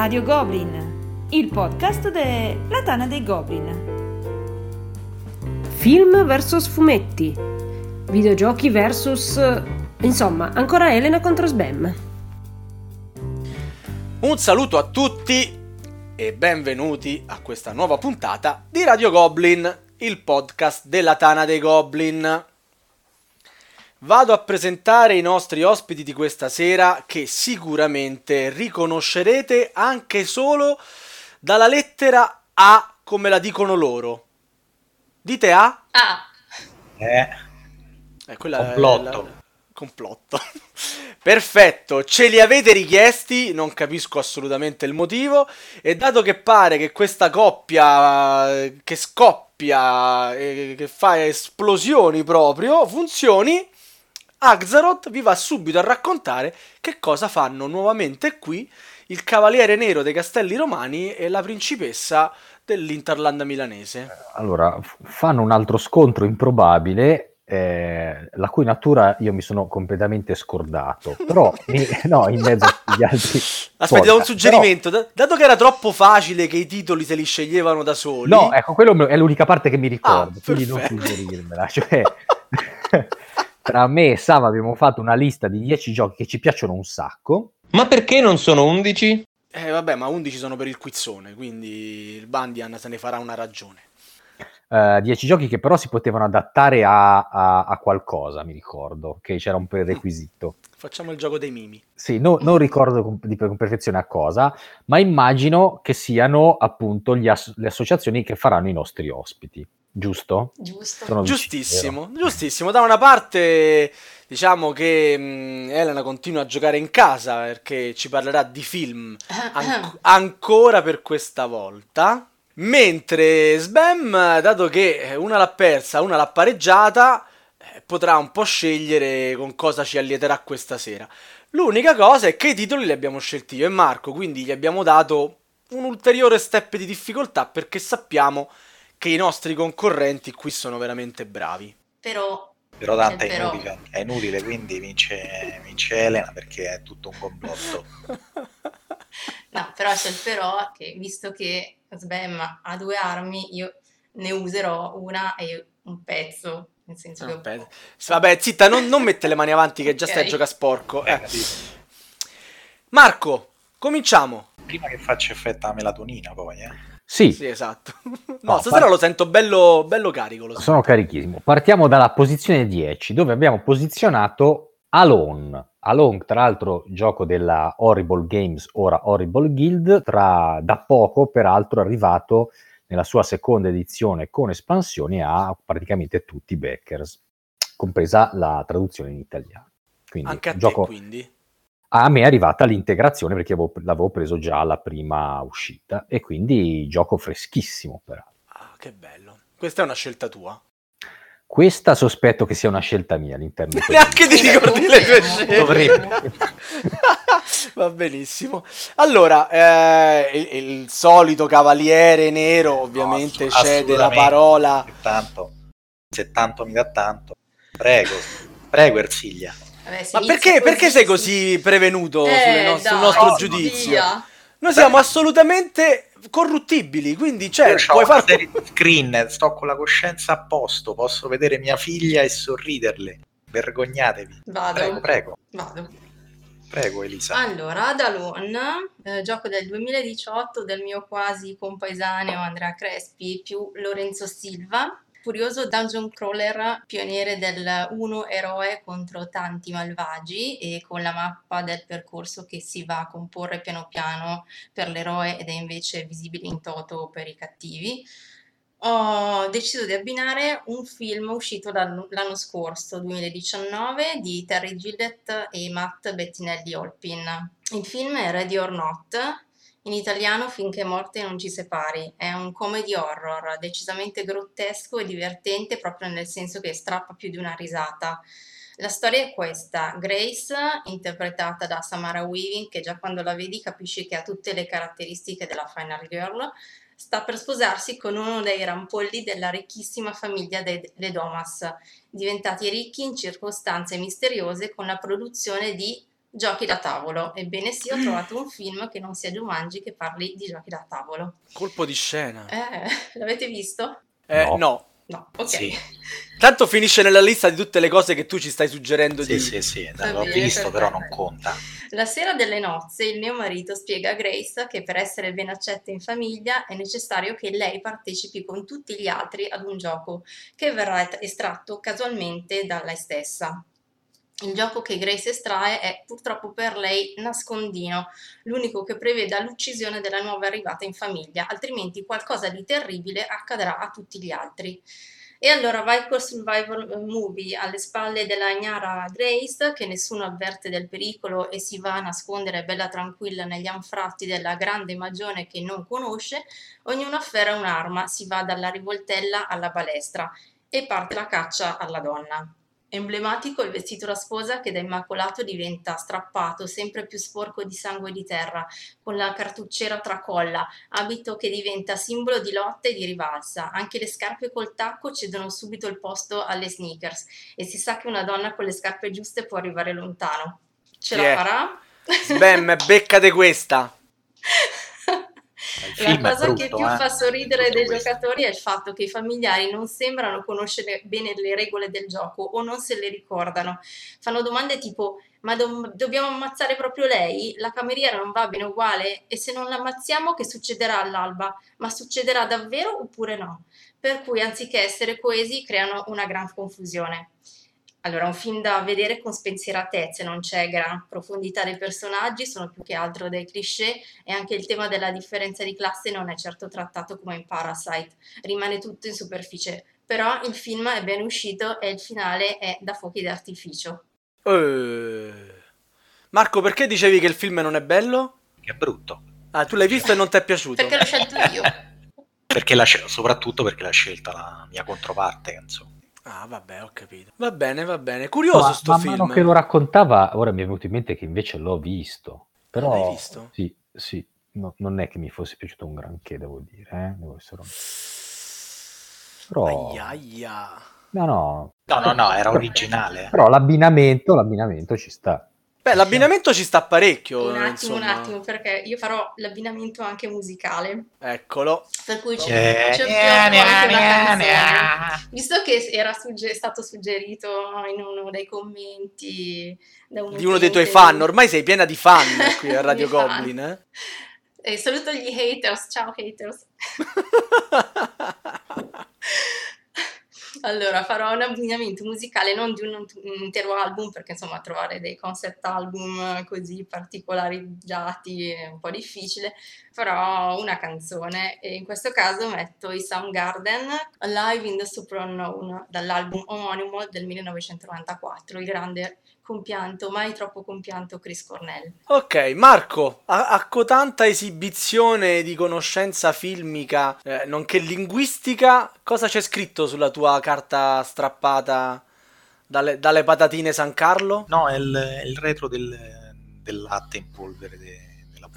Radio Goblin, il podcast della Tana dei Goblin. Film versus fumetti, videogiochi versus... insomma, ancora Elena contro Sbam. Un saluto a tutti e benvenuti a questa nuova puntata di Radio Goblin, il podcast della Tana dei Goblin. Vado a presentare i nostri ospiti di questa sera, che sicuramente riconoscerete anche solo dalla lettera A, come la dicono loro. Dite A? A. Quella Complotto. Complotto. Perfetto, ce li avete richiesti, non capisco assolutamente il motivo, e dato che pare che questa coppia che scoppia e che fa esplosioni proprio funzioni, Axaroth vi va subito a raccontare che cosa fanno nuovamente qui il cavaliere nero dei Castelli Romani e la principessa dell'Interland milanese. Allora, fanno un altro scontro improbabile, la cui natura io mi sono completamente scordato, però in mezzo agli altri Aspetta, da un podcast, suggerimento, dato che era troppo facile che i titoli se li sceglievano da soli. No, ecco, quello è l'unica parte che mi ricordo, quindi non perfetto. suggerirmela, cioè tra me e Sam abbiamo fatto una lista di 10 giochi che ci piacciono un sacco. Ma perché non sono 11? Vabbè, ma 11 sono per il quizzone, quindi il Bandian se ne farà una ragione. 10 giochi che però si potevano adattare a qualcosa, mi ricordo, che c'era un prerequisito. Facciamo il gioco dei mimi. Sì, non ricordo con perfezione a cosa, ma immagino che siano appunto le associazioni che faranno i nostri ospiti, giusto? Giusto. Sono vicini, Giustissimo, vero? giustissimo. Da una parte diciamo che Elena continua a giocare in casa perché ci parlerà di film ancora per questa volta, mentre Sbam, dato che una l'ha persa, una l'ha pareggiata, potrà un po' scegliere con cosa ci allieterà questa sera. L'unica cosa è che i titoli li abbiamo scelti io e Marco, quindi gli abbiamo dato un ulteriore step di difficoltà perché sappiamo che i nostri concorrenti qui sono veramente bravi. Però Tanto però. è inutile, quindi vince Elena perché è tutto un complotto. No, però c'è il però che visto che Sbam ha due armi, io ne userò una e un pezzo, nel senso che Vabbè, zitta, non mette le mani avanti che già Ok. stai a gioca sporco. Marco, cominciamo. Prima che faccia effetto la melatonina, poi, Sì, esatto. No, Stasera lo sento bello carico. Sono carichissimo. Partiamo dalla posizione 10, dove abbiamo posizionato Alone. Alone, tra l'altro, gioco della Horrible Games, ora Horrible Guild, da poco, peraltro, arrivato nella sua seconda edizione con espansioni a praticamente tutti i backers, compresa la traduzione in italiano. Quindi, Anche a te, gioco... quindi? A me è arrivata l'integrazione perché l'avevo preso già alla prima uscita e quindi gioco freschissimo peraltro. Ah, che bello. Questa è una scelta tua? Questa sospetto che sia una scelta mia all'interno di Neanche ti ricordi le tue scelte. Dovrebbe. Va benissimo. Allora, il solito cavaliere nero ovviamente cede la parola. Se tanto mi dà tanto. Prego Ersilia. Vabbè, se Ma inizia perché sei sì. così prevenuto Dai, sul nostro giudizio? via. Noi siamo assolutamente corruttibili, quindi puoi fare serie di screen, sto con la coscienza a posto, posso vedere mia figlia e sorriderle. Vergognatevi. Vado. Prego. Vado. Prego Elisa. Allora, Ad Alone, gioco del 2018 del mio quasi compaesaneo Andrea Crespi più Lorenzo Silva, curioso dungeon crawler pioniere del uno eroe contro tanti malvagi e con la mappa del percorso che si va a comporre piano piano per l'eroe ed è invece visibile in toto per i cattivi. Ho deciso di abbinare un film uscito l'anno scorso, 2019, di Terry Gillett e Matt Bettinelli-Olpin. Il film è Ready or Not, in italiano Finché morte non ci separi. È un comedy horror decisamente grottesco e divertente proprio nel senso che strappa più di una risata. La storia è questa: Grace, interpretata da Samara Weaving, che già quando la vedi capisci che ha tutte le caratteristiche della Final Girl, sta per sposarsi con uno dei rampolli della ricchissima famiglia Le Domas, diventati ricchi in circostanze misteriose con la produzione di Giochi da tavolo. Ebbene sì, ho trovato un film che non sia Jumanji che parli di giochi da tavolo. Colpo di scena. L'avete visto? No. No, ok. Sì. Tanto finisce nella lista di tutte le cose che tu ci stai suggerendo di... Sì, Va l'ho bene, visto, però non perfetto. conta. La sera delle nozze il mio marito spiega a Grace che per essere ben accetta in famiglia è necessario che lei partecipi con tutti gli altri ad un gioco che verrà estratto casualmente da lei stessa. Il gioco che Grace estrae è purtroppo per lei nascondino, l'unico che preveda l'uccisione della nuova arrivata in famiglia, altrimenti qualcosa di terribile accadrà a tutti gli altri. E allora vai col survival movie alle spalle della ignara Grace, che nessuno avverte del pericolo e si va a nascondere bella tranquilla negli anfratti della grande magione che non conosce. Ognuno afferra un'arma, si va dalla rivoltella alla balestra e parte la caccia alla donna. Emblematico il vestito da sposa che da immacolato diventa strappato, sempre più sporco di sangue e di terra, con la cartucciera tracolla, abito che diventa simbolo di lotta e di rivalsa. Anche le scarpe col tacco cedono subito il posto alle sneakers e si sa che una donna con le scarpe giuste può arrivare lontano. Ce Chi la è? farà? Sbam, beccate questa. Il La film è cosa che brutto, più fa sorridere tutto dei questo. giocatori è il fatto che i familiari non sembrano conoscere bene le regole del gioco o non se le ricordano. Fanno domande tipo: ma dobbiamo ammazzare proprio lei? La cameriera non va bene uguale? E se non l'ammazziamo che succederà all'alba? Ma succederà davvero oppure no? Per cui anziché essere coesi creano una gran confusione. Allora, un film da vedere con spensieratezze, non c'è gran profondità dei personaggi, sono più che altro dei cliché e anche il tema della differenza di classe non è certo trattato come in Parasite, rimane tutto in superficie, però il film è ben uscito e il finale è da fuochi d'artificio. Marco, perché dicevi che il film non è bello? Che è brutto. Ah, tu l'hai visto e non ti è piaciuto? Perché l'ho scelto io. Soprattutto perché l'ha scelta la mia controparte, insomma. Ah, vabbè, ho capito. Va bene. Curioso sto man film. mano che lo raccontava, ora mi è venuto in mente che invece l'ho visto. Però l'hai visto? Sì. No, non è che mi fosse piaciuto un granché, devo dire. Devo essere però... Aia. No, No, era originale. però l'abbinamento ci sta. Beh, l'abbinamento ci sta parecchio, Un attimo, insomma. perché io farò l'abbinamento anche musicale. Eccolo. Per cui ci anche una canzone. Visto che era stato suggerito in uno dei commenti da un Di uno dei utente tuoi fan, ormai sei piena di fan qui a Radio di fan. Goblin, eh? E saluto gli haters, ciao haters. Allora, farò un abbinamento musicale non di un intero album, perché insomma trovare dei concept album così particolarizzati è un po' difficile. Farò una canzone e in questo caso metto i Soundgarden, Alive in the Supernova, dall'album omonimo del 1994, il grande compianto, mai troppo compianto Chris Cornell. Ok, Marco, a cotanta esibizione di conoscenza filmica, nonché linguistica, cosa c'è scritto sulla tua carta strappata dalle patatine San Carlo? No, è il retro del latte in polvere della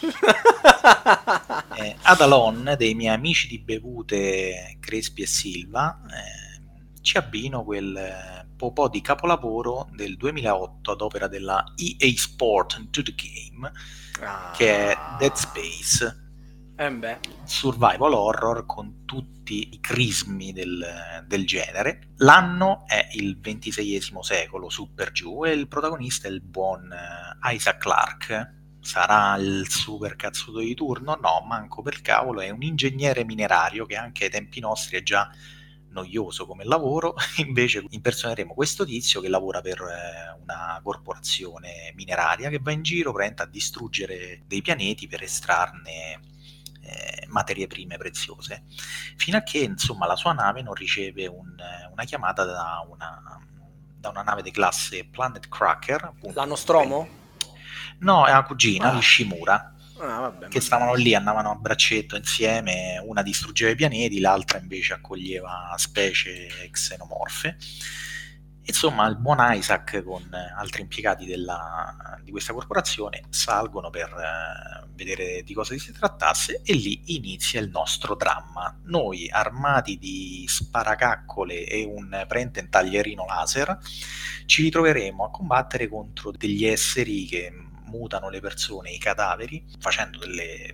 Ad Alon, dei miei amici di bevute Crespi e Silva, ci abbino quel po' di capolavoro del 2008 ad opera della EA Sport Into the Game, che è Dead Space, survival horror con tutti i crismi del genere. L'anno è il XXVI secolo, su per giù, e il protagonista è il buon Isaac Clarke. Sarà il super cazzuto di turno? No, manco per cavolo, è un ingegnere minerario che anche ai tempi nostri è già noioso come lavoro. Invece impersoneremo questo tizio che lavora per una corporazione mineraria che va in giro a distruggere dei pianeti per estrarne materie prime preziose, fino a che insomma la sua nave non riceve una chiamata da una nave di classe Planet Cracker, appunto. La Nostromo? No, è una cugina, l'Ishimura, vabbè, che stavano lì, andavano a braccetto insieme, una distruggeva i pianeti, l'altra invece accoglieva specie xenomorfe, Insomma, il buon Isaac con altri impiegati di questa corporazione salgono per vedere di cosa si trattasse, e lì inizia il nostro dramma. Noi, armati di sparacaccole e un taglierino laser, ci ritroveremo a combattere contro degli esseri che mutano le persone, i cadaveri, facendo delle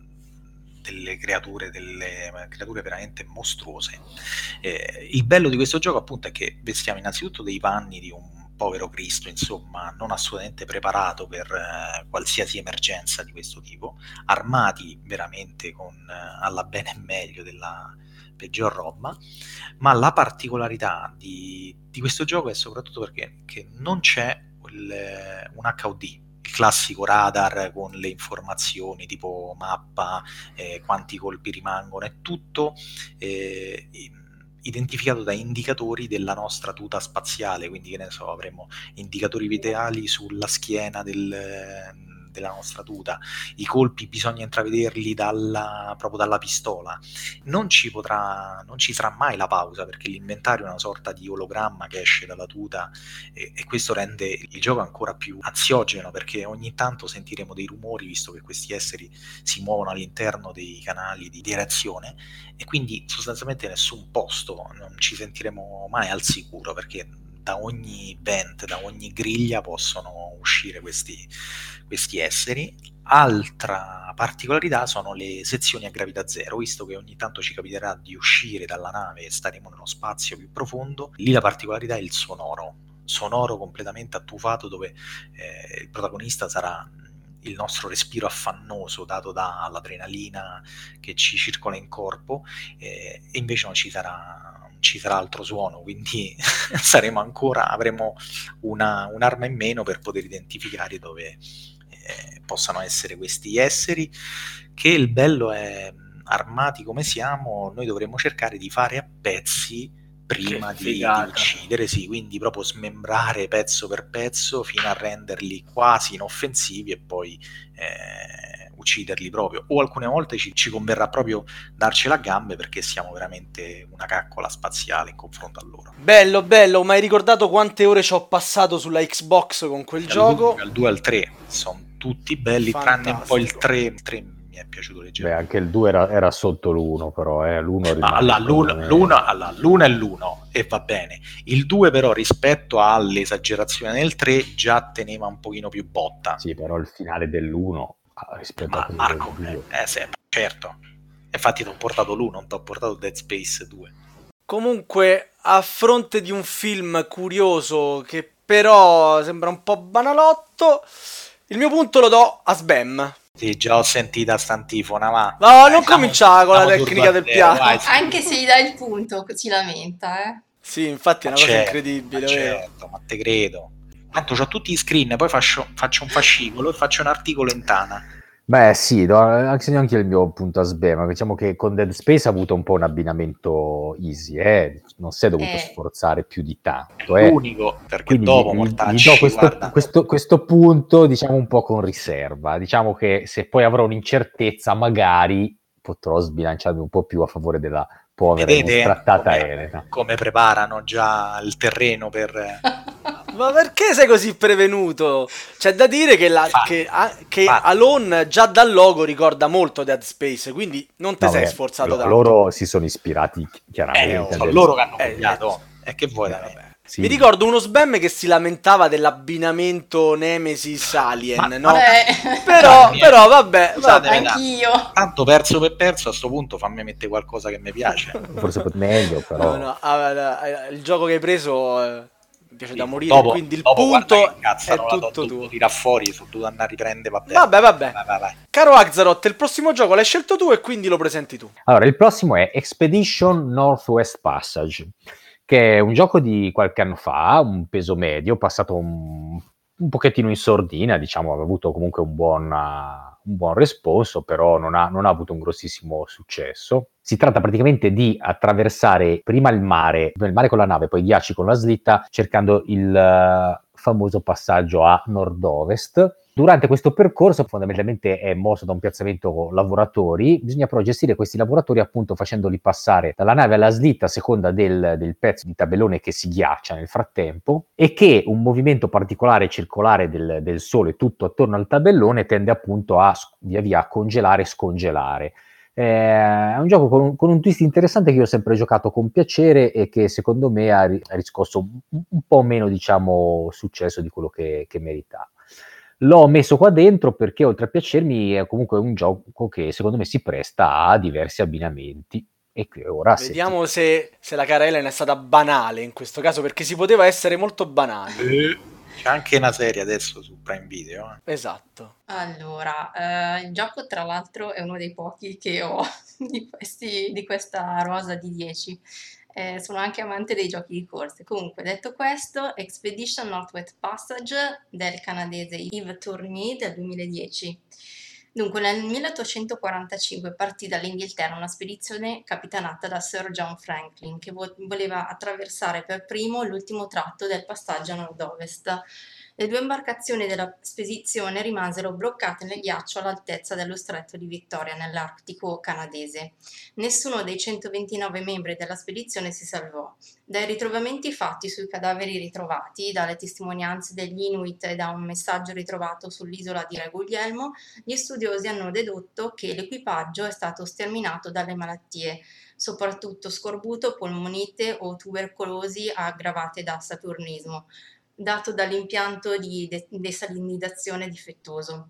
creature veramente mostruose. Il bello di questo gioco appunto è che vestiamo innanzitutto dei panni di un povero Cristo, insomma, non assolutamente preparato per qualsiasi emergenza di questo tipo, armati veramente alla bene e meglio della peggior roba. Ma la particolarità di questo gioco è soprattutto che non c'è un HUD, il classico radar con le informazioni tipo mappa, quanti colpi rimangono, è tutto identificato da indicatori della nostra tuta spaziale, quindi che ne so, avremo indicatori vitali sulla schiena della nostra tuta, i colpi bisogna intravederli proprio dalla pistola. Non ci sarà mai la pausa, perché l'inventario è una sorta di ologramma che esce dalla tuta, e questo rende il gioco ancora più ansiogeno, perché ogni tanto sentiremo dei rumori, visto che questi esseri si muovono all'interno dei canali di reazione, e quindi sostanzialmente nessun posto non ci sentiremo mai al sicuro, perché da ogni vent, da ogni griglia possono uscire questi esseri. Altra particolarità sono le sezioni a gravità zero, visto che ogni tanto ci capiterà di uscire dalla nave e staremo nello spazio più profondo. Lì la particolarità è il sonoro completamente attufato, dove il protagonista sarà il nostro respiro affannoso dato dall'adrenalina che ci circola in corpo, e invece non ci sarà altro suono, quindi avremo un'arma in meno per poter identificare dove possano essere questi esseri. Che il bello è, armati come siamo, noi dovremo cercare di fare a pezzi prima di uccidere, sì, quindi proprio smembrare pezzo per pezzo fino a renderli quasi inoffensivi e poi ucciderli proprio. O alcune volte ci converrà proprio darcela a gambe, perché siamo veramente una caccola spaziale in confronto a loro. Bello, bello, ma hai ricordato quante ore ci ho passato sulla Xbox con quel gioco? Al 2 al 3 sono tutti belli, fantastico. Tranne un po' il 3. Il 3 mi è piaciuto leggermente. Beh, anche il 2 era sotto l'1, però l'1 rimane l'1 è l'1 e va bene. Il 2 però, rispetto all'esagerazione del 3, già teneva un pochino più botta. Sì, però il finale dell'1 rispetto a quello Marco, del 2. certo. Infatti ti ho portato l'1, non ti ho portato Dead Space 2. Comunque, a fronte di un film curioso che però sembra un po' banalotto, il mio punto lo do a Sbam. Sì, già ho sentita stantifona, ma... No, non cominciare con la tecnica del piano. Anche se gli dai il punto, si lamenta, Sì, infatti è una cosa incredibile. Certo, ma te credo. Tanto c'ho tutti i screen, poi faccio un fascicolo e faccio un articolo in tana. Beh sì, anche il mio punto a sbema, diciamo che con Dead Space ha avuto un po' un abbinamento easy, non si è dovuto sforzare più di tanto. L'unico, perché quindi dopo Mortacci questo punto, diciamo, un po' con riserva. Diciamo che se poi avrò un'incertezza magari potrò sbilanciarmi un po' più a favore della povera e trattata Elena. Come preparano già il terreno per... Ma perché sei così prevenuto? C'è da dire che Alone già dal logo ricorda molto Dead Space, quindi non te sei sforzato tanto. Loro si sono ispirati chiaramente. Sono loro che hanno copiato. E che vuoi da me? Sì. Mi ricordo uno Sbam che si lamentava dell'abbinamento Nemesis Alien, no? Però vabbè, anch'io. Tanto perso per perso, a sto punto fammi mettere qualcosa che mi piace. Forse meglio, però. No, il gioco che hai preso mi piace da morire, quindi il punto è tutto tuo. Tira fuori, sono dovuto andare a riprendere, vabbè. Vai. Caro Axaroth, il prossimo gioco l'hai scelto tu e quindi lo presenti tu. Allora, il prossimo è Expedition Northwest Passage, che è un gioco di qualche anno fa, un peso medio, passato un pochettino in sordina, diciamo, ha avuto comunque un buon responso, però non ha avuto un grossissimo successo. Si tratta praticamente di attraversare prima il mare con la nave, poi i ghiacci con la slitta, cercando il famoso passaggio a nord-ovest. Durante questo percorso fondamentalmente è mosso da un piazzamento lavoratori, bisogna però gestire questi lavoratori appunto facendoli passare dalla nave alla slitta a seconda del pezzo di tabellone che si ghiaccia nel frattempo, e che un movimento particolare circolare del Sole tutto attorno al tabellone tende appunto a via via congelare e scongelare. È un gioco con un twist interessante che io ho sempre giocato con piacere e che secondo me ha riscosso un po' meno, diciamo, successo di quello che meritava. L'ho messo qua dentro perché oltre a piacermi è comunque un gioco che secondo me si presta a diversi abbinamenti. E qui ora vediamo se la cara Elena è stata banale in questo caso, perché si poteva essere molto banali. C'è anche una serie adesso su Prime Video. Esatto. Allora, il gioco tra l'altro è uno dei pochi che ho di questa rosa di 10. Sono anche amante dei giochi di corse. Comunque, detto questo, Expedition Northwest Passage del canadese Yves Tourny del 2010. Dunque, nel 1845 partì dall'Inghilterra una spedizione capitanata da Sir John Franklin che voleva attraversare per primo l'ultimo tratto del passaggio a nord-ovest. Le due imbarcazioni della spedizione rimasero bloccate nel ghiaccio all'altezza dello stretto di Victoria nell'Artico canadese. Nessuno dei 129 membri della spedizione si salvò. Dai ritrovamenti fatti sui cadaveri ritrovati, dalle testimonianze degli Inuit e da un messaggio ritrovato sull'isola di Re Guglielmo, gli studiosi hanno dedotto che l'equipaggio è stato sterminato dalle malattie, soprattutto scorbuto, polmonite o tubercolosi aggravate da saturnismo, dato dall'impianto di desalinizzazione difettoso.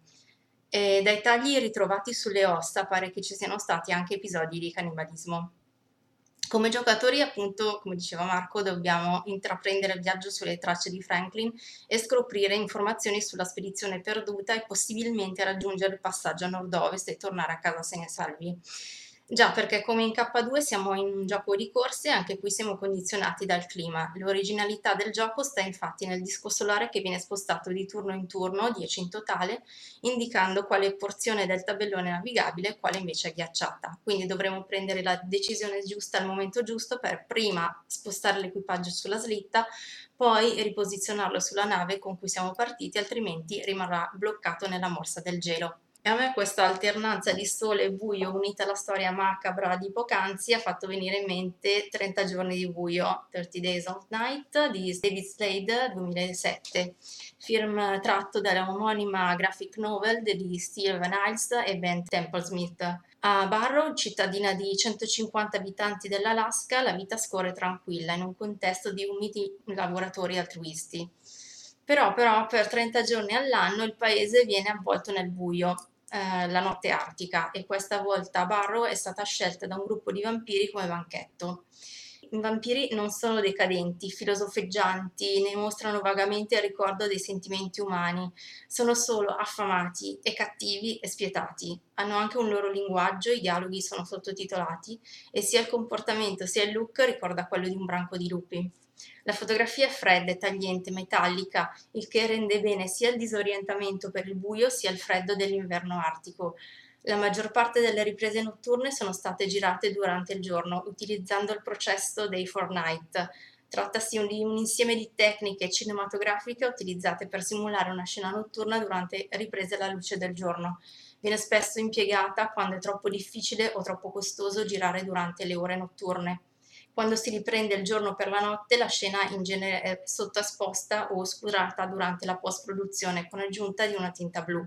E dai tagli ritrovati sulle ossa pare che ci siano stati anche episodi di cannibalismo. Come giocatori, appunto, come diceva Marco, dobbiamo intraprendere il viaggio sulle tracce di Franklin e scoprire informazioni sulla spedizione perduta e possibilmente raggiungere il passaggio a nord-ovest e tornare a casa sani e salvi. Già, perché come in K2 siamo in un gioco di corse, anche qui siamo condizionati dal clima. L'originalità del gioco sta infatti nel disco solare che viene spostato di turno in turno, 10 in totale, indicando quale porzione del tabellone è navigabile e quale invece è ghiacciata. Quindi dovremo prendere la decisione giusta al momento giusto per prima spostare l'equipaggio sulla slitta, poi riposizionarlo sulla nave con cui siamo partiti, altrimenti rimarrà bloccato nella morsa del gelo. E a me questa alternanza di sole e buio unita alla storia macabra di poc'anzi ha fatto venire in mente 30 giorni di buio, 30 Days of Night di David Slade 2007, film tratto dalla omonima graphic novel di Steven Niles e Ben Templesmith. A Barrow, cittadina di 150 abitanti dell'Alaska, la vita scorre tranquilla in un contesto di umili lavoratori altruisti. Però per 30 giorni all'anno il paese viene avvolto nel buio, la notte artica, e questa volta Barrow è stata scelta da un gruppo di vampiri come banchetto. I vampiri non sono decadenti, filosofeggianti, ne mostrano vagamente il ricordo dei sentimenti umani, sono solo affamati e cattivi e spietati. Hanno anche un loro linguaggio, i dialoghi sono sottotitolati e sia il comportamento sia il look ricorda quello di un branco di lupi. La fotografia è fredda e tagliente, metallica, il che rende bene sia il disorientamento per il buio sia il freddo dell'inverno artico. La maggior parte delle riprese notturne sono state girate durante il giorno, utilizzando il processo Day for Night. Trattasi di un insieme di tecniche cinematografiche utilizzate per simulare una scena notturna durante riprese alla luce del giorno. Viene spesso impiegata quando è troppo difficile o troppo costoso girare durante le ore notturne. Quando si riprende il giorno per la notte, la scena in genere è sottoesposta o oscurata durante la post-produzione con aggiunta di una tinta blu.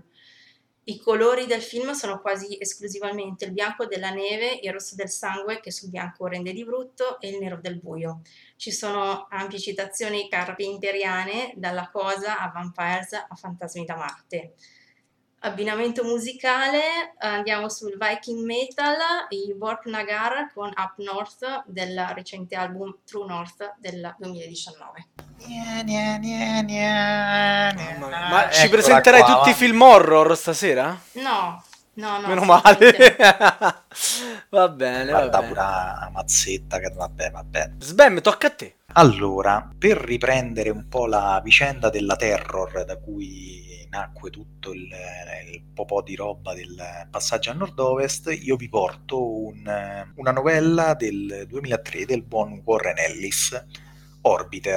I colori del film sono quasi esclusivamente il bianco della neve, il rosso del sangue che sul bianco rende di brutto e il nero del buio. Ci sono ampie citazioni carpenteriane, dalla Cosa a Vampires a Fantasmi da Marte. Abbinamento musicale, andiamo sul Viking Metal, i Bork Nagar con Up North del recente album True North del 2019. Ma ci presenterai tutti i film horror stasera? No. Meno male. Va bene, guarda, va bene. Pure una mazzetta che vabbè. Sbam, tocca a te. Allora, per riprendere un po' la vicenda della Terror da cui nacque tutto il po' di roba del passaggio a nord-ovest, io vi porto una novella del 2003 del buon Warren Ellis, Orbiter.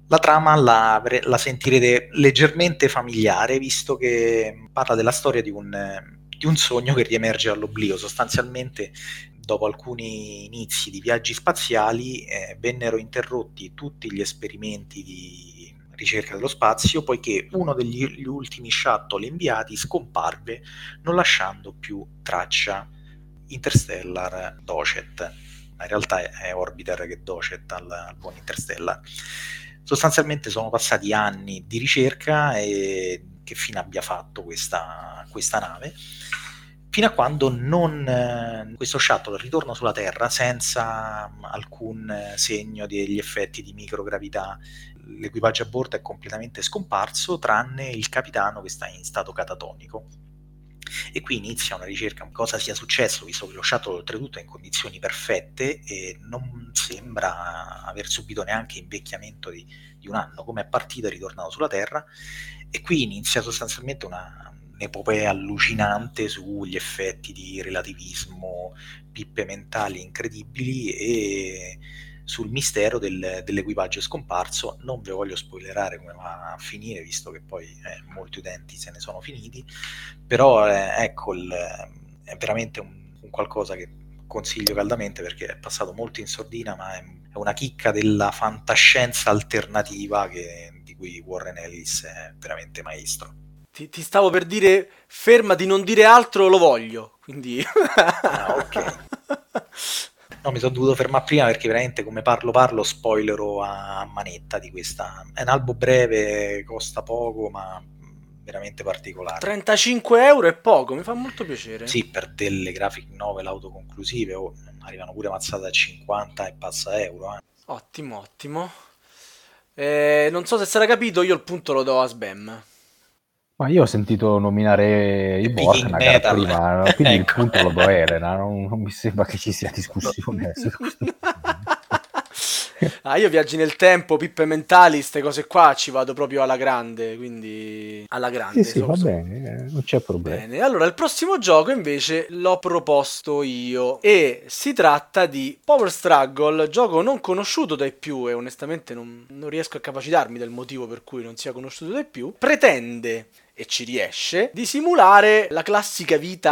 La trama la sentirete leggermente familiare, visto che parla della storia di un sogno che riemerge dall'oblio. Sostanzialmente, dopo alcuni inizi di viaggi spaziali, vennero interrotti tutti gli esperimenti di ricerca dello spazio, poiché uno degli ultimi shuttle inviati scomparve, non lasciando più traccia. Interstellar Docet, ma in realtà è Orbiter che docet al buon Interstellar. Sostanzialmente sono passati anni di ricerca e che fine abbia fatto questa nave, fino a quando questo shuttle ritorna sulla Terra senza alcun segno degli effetti di microgravità. L'equipaggio a bordo è completamente scomparso, tranne il capitano che sta in stato catatonico. E qui inizia una ricerca, cosa sia successo, visto che lo shuttle oltretutto è in condizioni perfette e non sembra aver subito neanche invecchiamento di un anno, come è partito e ritornato sulla Terra. E qui inizia sostanzialmente un'epopea allucinante sugli effetti di relativismo, pippe mentali incredibili e sul mistero dell'equipaggio scomparso. Non vi voglio spoilerare come va a finire, visto che poi molti utenti se ne sono finiti, però ecco, è veramente un qualcosa che consiglio caldamente, perché è passato molto in sordina, ma è una chicca della fantascienza alternativa di cui Warren Ellis è veramente maestro. Ti stavo per dire, fermati, non dire altro, lo voglio, quindi... Ok. No, mi sono dovuto fermare prima perché veramente come parlo spoilerò a manetta di questa. È un albo breve, costa poco, ma veramente particolare. 35 euro è poco, mi fa molto piacere. Sì, per delle graphic novel autoconclusive arrivano pure mazzate a 50 e passa euro. Ottimo, ottimo. Non so se sarà capito, io il punto lo do a Sbam. Ma io ho sentito nominare i Borknagar prima, quindi ecco. Il punto lo do a Elena, non mi sembra che ci sia discussione su questo. Io viaggi nel tempo, pippe mentali, queste cose qua ci vado proprio alla grande, quindi alla grande. Sì, va bene, non c'è problema. Bene, allora il prossimo gioco invece l'ho proposto io e si tratta di Power Struggle, gioco non conosciuto dai più e onestamente non riesco a capacitarmi del motivo per cui non sia conosciuto dai più. Pretende, e ci riesce, di simulare la classica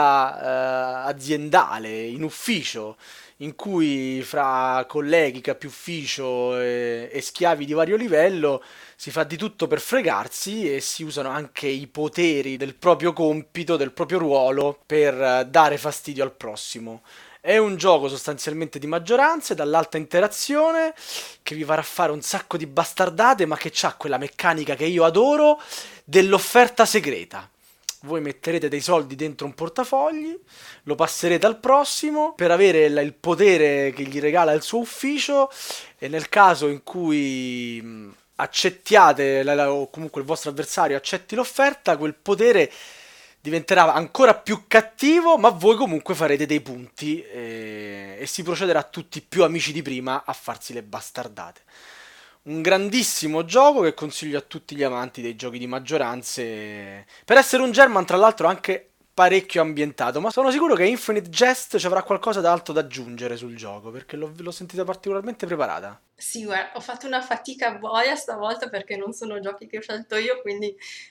vita aziendale, in ufficio, in cui fra colleghi, capi ufficio e schiavi di vario livello si fa di tutto per fregarsi e si usano anche i poteri del proprio compito, del proprio ruolo, per dare fastidio al prossimo. È un gioco sostanzialmente di maggioranze, dall'alta interazione, che vi farà fare un sacco di bastardate, ma che ha quella meccanica che io adoro dell'offerta segreta. Voi metterete dei soldi dentro un portafogli, lo passerete al prossimo per avere il potere che gli regala il suo ufficio e nel caso in cui accettiate o comunque il vostro avversario accetti l'offerta, quel potere diventerà ancora più cattivo, ma voi comunque farete dei punti e si procederà tutti più amici di prima a farsi le bastardate. Un grandissimo gioco che consiglio a tutti gli amanti dei giochi di maggioranze. Per essere un German, tra l'altro, anche parecchio ambientato, ma sono sicuro che Infinite Jest ci avrà qualcosa d'altro da aggiungere sul gioco, perché l'ho sentita particolarmente preparata. Sì, guarda, ho fatto una fatica boia stavolta perché non sono giochi che ho scelto io, quindi,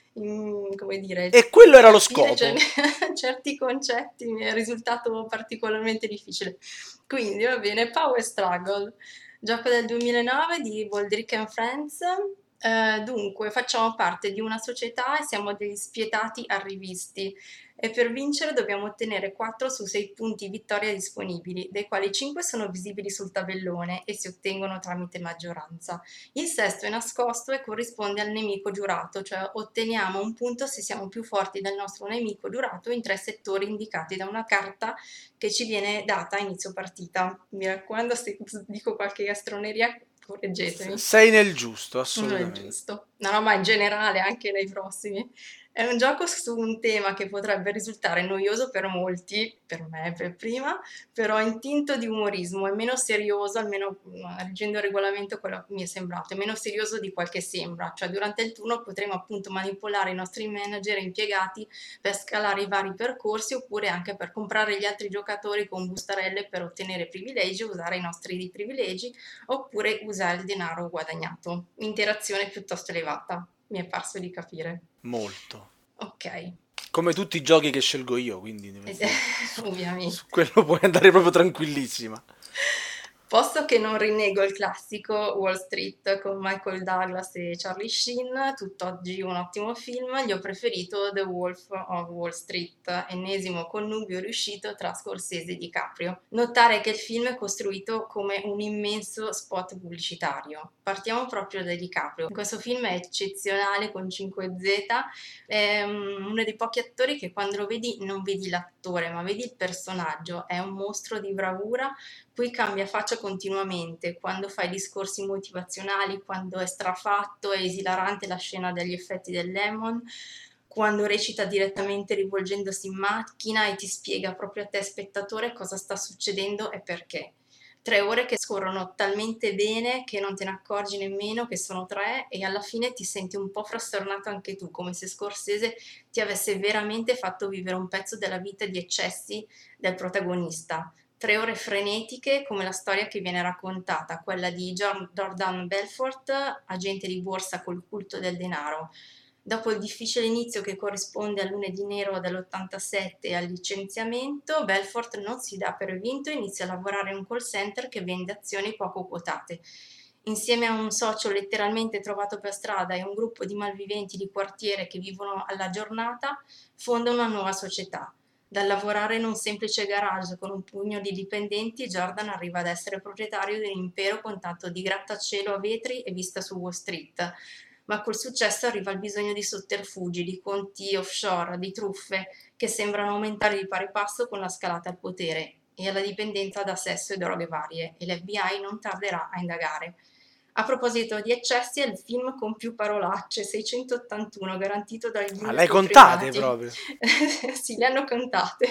come dire... E quello era lo scopo. Certi concetti mi è risultato particolarmente difficile. Quindi, va bene, Power Struggle. Gioco del 2009 di Baldrick and Friends. Dunque, facciamo parte di una società e siamo degli spietati arrivisti e per vincere dobbiamo ottenere 4 su 6 punti vittoria disponibili, dei quali 5 sono visibili sul tabellone e si ottengono tramite maggioranza. Il sesto è nascosto e corrisponde al nemico giurato, cioè otteniamo un punto se siamo più forti del nostro nemico giurato in 3 settori indicati da una carta che ci viene data a inizio partita. Mi raccomando, se dico qualche gastroneria correggetemi. Sei nel giusto, assolutamente. Nel giusto. No, ma in generale anche nei prossimi. È un gioco su un tema che potrebbe risultare noioso per molti, per me per prima, però intinto di umorismo, è meno serioso, almeno leggendo il regolamento quello che mi è sembrato, è meno serioso di quel che sembra, cioè durante il turno potremo appunto manipolare i nostri manager e impiegati per scalare i vari percorsi oppure anche per comprare gli altri giocatori con bustarelle per ottenere privilegi, usare i nostri privilegi oppure usare il denaro guadagnato. Interazione piuttosto elevata, mi è parso di capire. Molto. Ok. Come tutti i giochi che scelgo io, quindi Ovviamente. su quello puoi andare proprio tranquillissima. Posto che non rinnego il classico Wall Street con Michael Douglas e Charlie Sheen, tutt'oggi un ottimo film, gli ho preferito The Wolf of Wall Street, ennesimo connubio riuscito tra Scorsese e DiCaprio. Notare che il film è costruito come un immenso spot pubblicitario. Partiamo proprio da DiCaprio. Questo film è eccezionale con 5Z, è uno dei pochi attori che quando lo vedi non vedi l'attore, ma vedi il personaggio, è un mostro di bravura. Poi cambia faccia continuamente, quando fa i discorsi motivazionali, quando è strafatto, è esilarante la scena degli effetti del lemon, quando recita direttamente rivolgendosi in macchina e ti spiega proprio a te spettatore cosa sta succedendo e perché. 3 ore che scorrono talmente bene che non te ne accorgi nemmeno che sono 3 e alla fine ti senti un po' frastornato anche tu, come se Scorsese ti avesse veramente fatto vivere un pezzo della vita di eccessi del protagonista. 3 ore frenetiche come la storia che viene raccontata, quella di Jordan Belfort, agente di borsa col culto del denaro. Dopo il difficile inizio che corrisponde al lunedì nero dell'87 e al licenziamento, Belfort non si dà per vinto e inizia a lavorare in un call center che vende azioni poco quotate. Insieme a un socio letteralmente trovato per strada e un gruppo di malviventi di quartiere che vivono alla giornata, fonda una nuova società. Dal lavorare in un semplice garage con un pugno di dipendenti, Jordan arriva ad essere proprietario di un impero con tanto di grattacielo a vetri e vista su Wall Street. Ma col successo arriva il bisogno di sotterfugi, di conti offshore, di truffe, che sembrano aumentare di pari passo con la scalata al potere e alla dipendenza da sesso e droghe varie, e l'FBI non tarderà a indagare. A proposito di eccessi, è il film con più parolacce, 681, garantito dal Guinness. L'hai contate proprio? Sì, le hanno contate.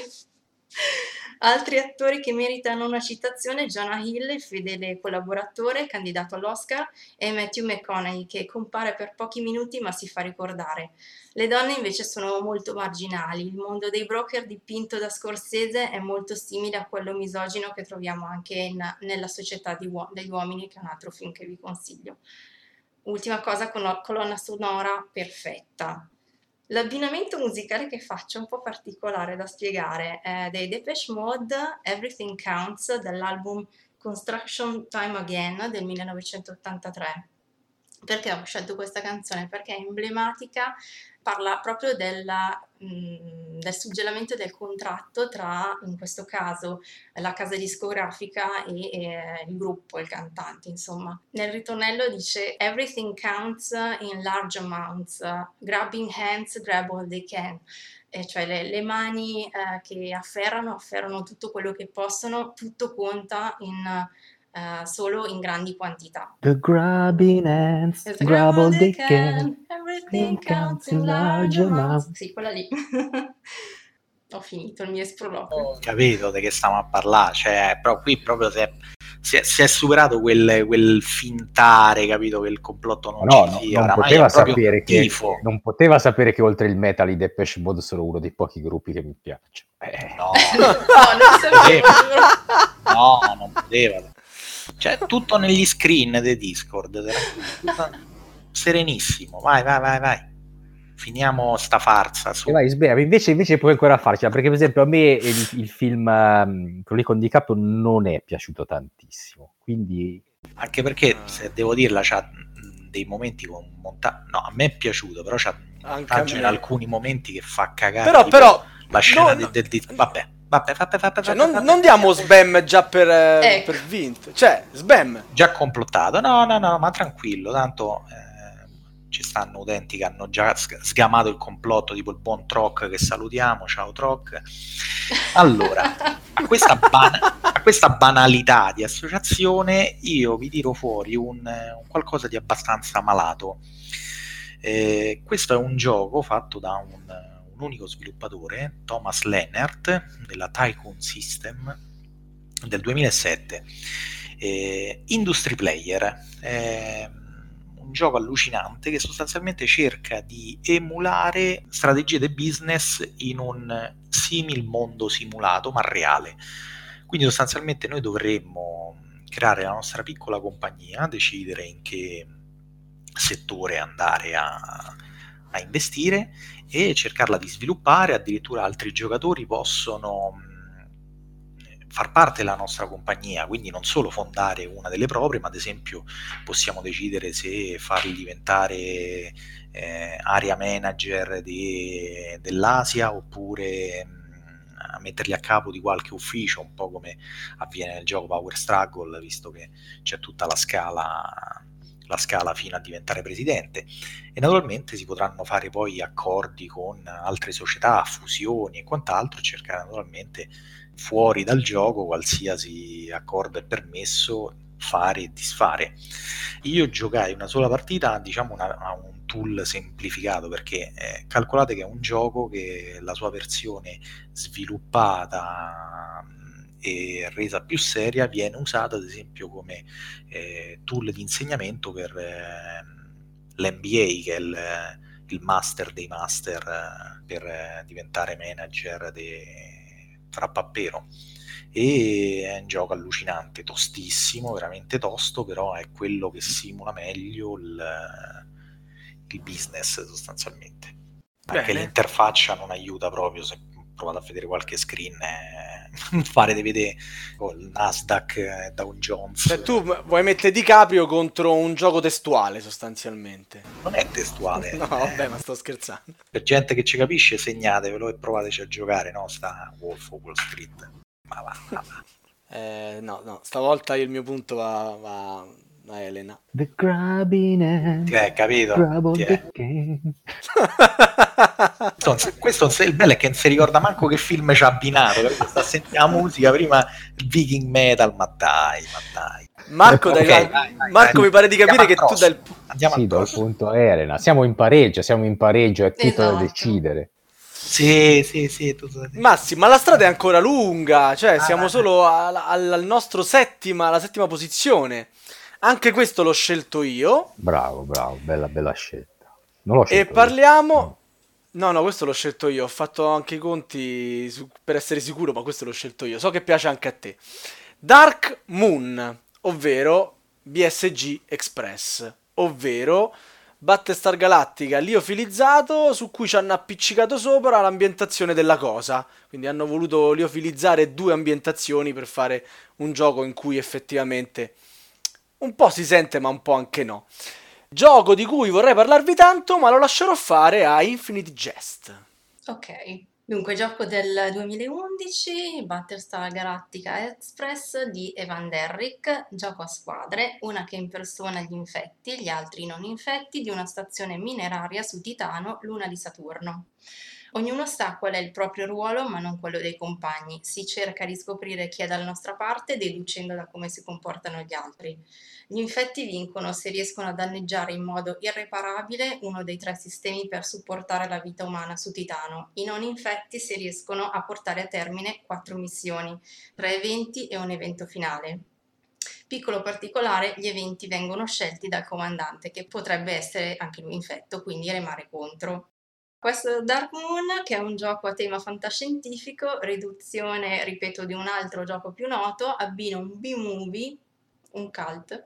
Altri attori che meritano una citazione: Jonah Hill, il fedele collaboratore candidato all'Oscar, e Matthew McConaughey, che compare per pochi minuti ma si fa ricordare. Le donne invece sono molto marginali. Il mondo dei broker dipinto da Scorsese è molto simile a quello misogino che troviamo anche nella società degli uomini, che è un altro film che vi consiglio. Ultima cosa, con la colonna sonora perfetta. L'abbinamento musicale che faccio è un po' particolare da spiegare, è dei Depeche Mode, Everything Counts, dall'album Construction Time Again del 1983. Perché ho scelto questa canzone? Perché è emblematica, parla proprio del suggellamento del contratto tra, in questo caso, la casa discografica e il gruppo, il cantante, insomma. Nel ritornello dice "Everything counts in large amounts, grabbing hands grab all they can", cioè le mani che afferrano tutto quello che possono, tutto conta solo in grandi quantità. The grabbing hands, grab all they can, everything counts in large amounts. Sì, quella lì. Ho finito il mio esproloquio. Capito di che stiamo a parlare, cioè, però qui proprio si è superato quel fintare, capito, che il complotto non ci sia. Non poteva sapere che oltre il metal i Depeche Mode sono uno dei pochi gruppi che mi piace. No, non poteva. Cioè, tutto negli screen dei Discord, serenissimo, vai. Finiamo sta farsa. Vai, invece puoi ancora farcela, perché per esempio a me il film quello lì con DiCaprio non è piaciuto tantissimo, quindi anche perché, se devo dirla, c'ha dei momenti con montaggio, no, a me è piaciuto, però c'ha montaggio in alcuni momenti che fa cagare, però la scena vabbè, cioè, non diamo Sbam già per vinto, cioè Sbam già complottato, no, ma tranquillo, tanto ci stanno utenti che hanno già sgamato il complotto, tipo il buon Troc, che salutiamo, ciao Troc. Allora, a questa banalità di associazione io vi tiro fuori un qualcosa di abbastanza malato. Questo è un gioco fatto da un unico sviluppatore, Thomas Lennart, della Tycoon System, del 2007. Industry Player, un gioco allucinante che sostanzialmente cerca di emulare strategie di business in un simil mondo simulato ma reale. Quindi sostanzialmente noi dovremmo creare la nostra piccola compagnia, decidere in che settore andare a investire e cercarla di sviluppare. Addirittura altri giocatori possono far parte della nostra compagnia, quindi non solo fondare una delle proprie, ma ad esempio possiamo decidere se farli diventare area manager dell'Asia, oppure metterli a capo di qualche ufficio, un po' come avviene nel gioco Power Struggle, visto che c'è tutta la scala fino a diventare presidente. E naturalmente si potranno fare poi accordi con altre società, fusioni e quant'altro, cercare naturalmente fuori dal gioco qualsiasi accordo è permesso fare e disfare. Io giocai una sola partita, diciamo a un tool semplificato, perché calcolate che è un gioco che la sua versione sviluppata e resa più seria viene usata ad esempio come tool di insegnamento per l'MBA, che è il master dei master per diventare manager tra pappero. E è un gioco allucinante, tostissimo, veramente tosto, però è quello che simula meglio il business sostanzialmente. Anche Bene. l'interfaccia non aiuta proprio, se provate a vedere qualche screen fare di vedere il Nasdaq, Dow Jones. Cioè tu vuoi mettere DiCaprio contro un gioco testuale sostanzialmente. Non è testuale. No, vabbè, ma sto scherzando. Per gente che ci capisce, segnatevelo e provateci a giocare, no? Sta Wolf of Wall Street. Ma va. No, stavolta il mio punto va a Elena. The grabbing Capito? Questo il bello è che non si ricorda manco che film ci ha abbinato, capito? Sta a sentire la musica, prima il Viking Metal, ma dai. Marco, Okay, Marco, mi pare di capire che tu dai il andiamo sì, do il punto a Elena. Siamo in pareggio, è tutto da decidere. Sì, Massimo, ma la strada è ancora lunga, cioè siamo solo alla settima posizione. Anche questo l'ho scelto io. Bravo, bella scelta. Non l'ho scelto E parliamo... No, questo l'ho scelto io. Ho fatto anche i conti per essere sicuro, ma questo l'ho scelto io. So che piace anche a te. Dark Moon, ovvero BSG Express, ovvero Battlestar Galactica liofilizzato, su cui ci hanno appiccicato sopra l'ambientazione della cosa. Quindi hanno voluto liofilizzare 2 ambientazioni per fare un gioco in cui effettivamente un po' si sente, ma un po' anche no. Gioco di cui vorrei parlarvi tanto, ma lo lascerò fare a Infinite Jest. Ok, dunque gioco del 2011, Battlestar Galactica Express di Evan Derrick, gioco a squadre, una che impersona gli infetti, gli altri non infetti, di una stazione mineraria su Titano, luna di Saturno. Ognuno sa qual è il proprio ruolo, ma non quello dei compagni. Si cerca di scoprire chi è dalla nostra parte, deducendo da come si comportano gli altri. Gli infetti vincono se riescono a danneggiare in modo irreparabile uno dei 3 sistemi per supportare la vita umana su Titano. I non infetti se riescono a portare a termine 4 missioni, 3 eventi e un evento finale. Piccolo particolare, gli eventi vengono scelti dal comandante, che potrebbe essere anche lui infetto, quindi remare contro. Questo Dark Moon, che è un gioco a tema fantascientifico, riduzione, ripeto, di un altro gioco più noto, abbina un B-movie, un cult,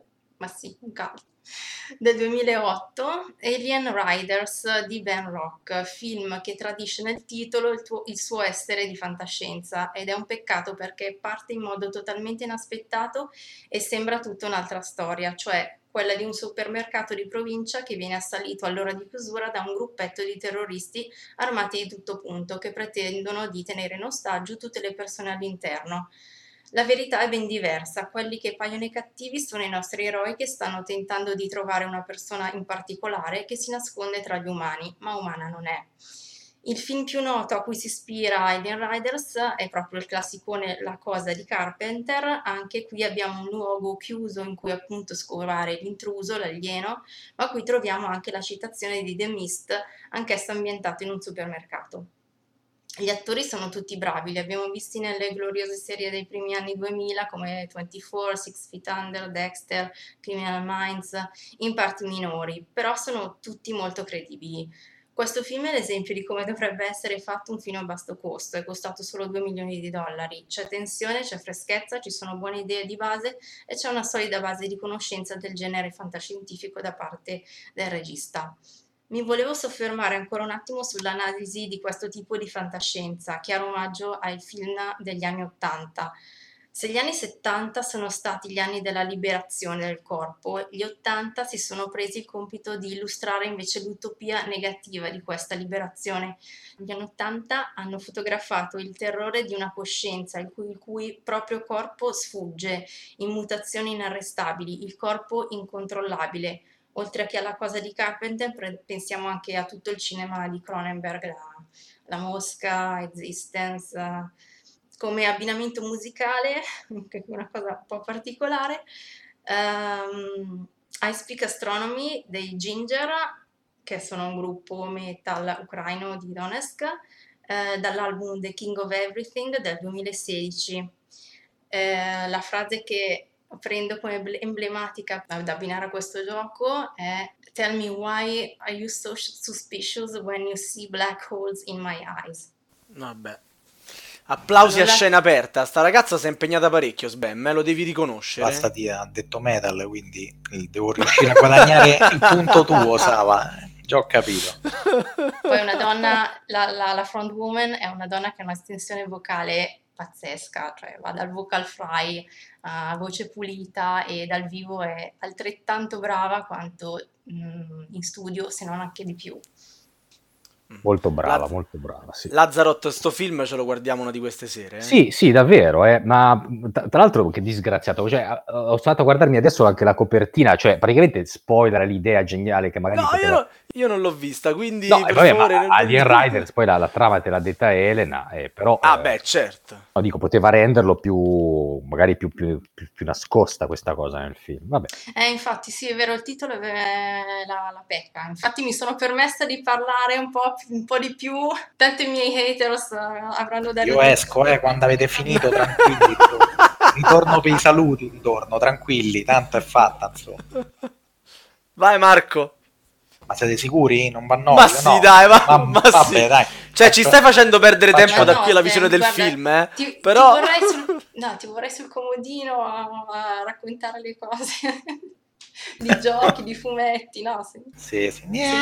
del 2008, Alien Riders di Ben Rock, film che tradisce nel titolo il suo essere di fantascienza, ed è un peccato perché parte in modo totalmente inaspettato e sembra tutta un'altra storia, cioè quella di un supermercato di provincia che viene assalito all'ora di chiusura da un gruppetto di terroristi armati di tutto punto che pretendono di tenere in ostaggio tutte le persone all'interno. La verità è ben diversa, quelli che paiono i cattivi sono i nostri eroi che stanno tentando di trovare una persona in particolare che si nasconde tra gli umani, ma umana non è. Il film più noto a cui si ispira Alien Riders è proprio il classicone La cosa di Carpenter. Anche qui abbiamo un luogo chiuso in cui appunto scovare l'intruso, l'alieno, ma qui troviamo anche la citazione di The Mist, anch'esso ambientato in un supermercato. Gli attori sono tutti bravi, li abbiamo visti nelle gloriose serie dei primi anni 2000 come 24, Six Feet Under, Dexter, Criminal Minds, in parti minori, però sono tutti molto credibili. Questo film è l'esempio di come dovrebbe essere fatto un film a basso costo, è costato solo $2 milioni, c'è tensione, c'è freschezza, ci sono buone idee di base e c'è una solida base di conoscenza del genere fantascientifico da parte del regista. Mi volevo soffermare ancora un attimo sull'analisi di questo tipo di fantascienza, chiaro omaggio ai film degli anni '80. Se gli anni '70 sono stati gli anni della liberazione del corpo, gli '80 si sono presi il compito di illustrare invece l'utopia negativa di questa liberazione. Gli anni '80 hanno fotografato il terrore di una coscienza il cui proprio corpo sfugge in mutazioni inarrestabili, il corpo incontrollabile. Oltre che alla cosa di Carpenter, pensiamo anche a tutto il cinema di Cronenberg, la Mosca, Existence, come abbinamento musicale, che è una cosa un po' particolare. I Speak Astronomy dei Ginger, che sono un gruppo metal ucraino di Donetsk, dall'album The King of Everything del 2016. La frase che prendo come emblematica da abbinare a questo gioco è "Tell me why are you so suspicious when you see black holes in my eyes". Vabbè. Applausi a scena aperta. Sta ragazza si è impegnata parecchio, Sbam, me lo devi riconoscere. Basta dire, ha detto metal, quindi devo riuscire a guadagnare il punto tuo, Sava. Già ho capito. Poi una donna, la front woman è una donna che ha un'estensione vocale pazzesca, cioè va dal vocal fry a voce pulita, e dal vivo è altrettanto brava quanto in studio, se non anche di più. Molto brava, sì. Lazzarotto, sto film ce lo guardiamo una di queste sere? Sì, davvero, ma tra l'altro che disgraziato, cioè, ho stato a guardarmi adesso anche la copertina, cioè praticamente spoiler l'idea geniale che magari... No, io non l'ho vista, quindi no, per vabbè, favore... Alien Riders, poi la trama te l'ha detta Elena, però... beh, certo. No, dico, poteva renderlo magari più nascosta questa cosa nel film, vabbè. Infatti, sì, è vero, il titolo è la pecca. Infatti mi sono permessa di parlare un po' di più, tanto i miei haters avranno da io esco, quando avete finito, tranquilli, ritorno per i saluti, tranquilli, tanto è fatta, insomma. Vai Marco. Ma siete sicuri? Non vanno? Ma sì, no. Dai, vabbè, sì. Dai. Cioè, ci stai facendo perdere tempo da qui alla visione del film, però... ti vorrei sul comodino a raccontare le cose di giochi, di fumetti, no? Sì.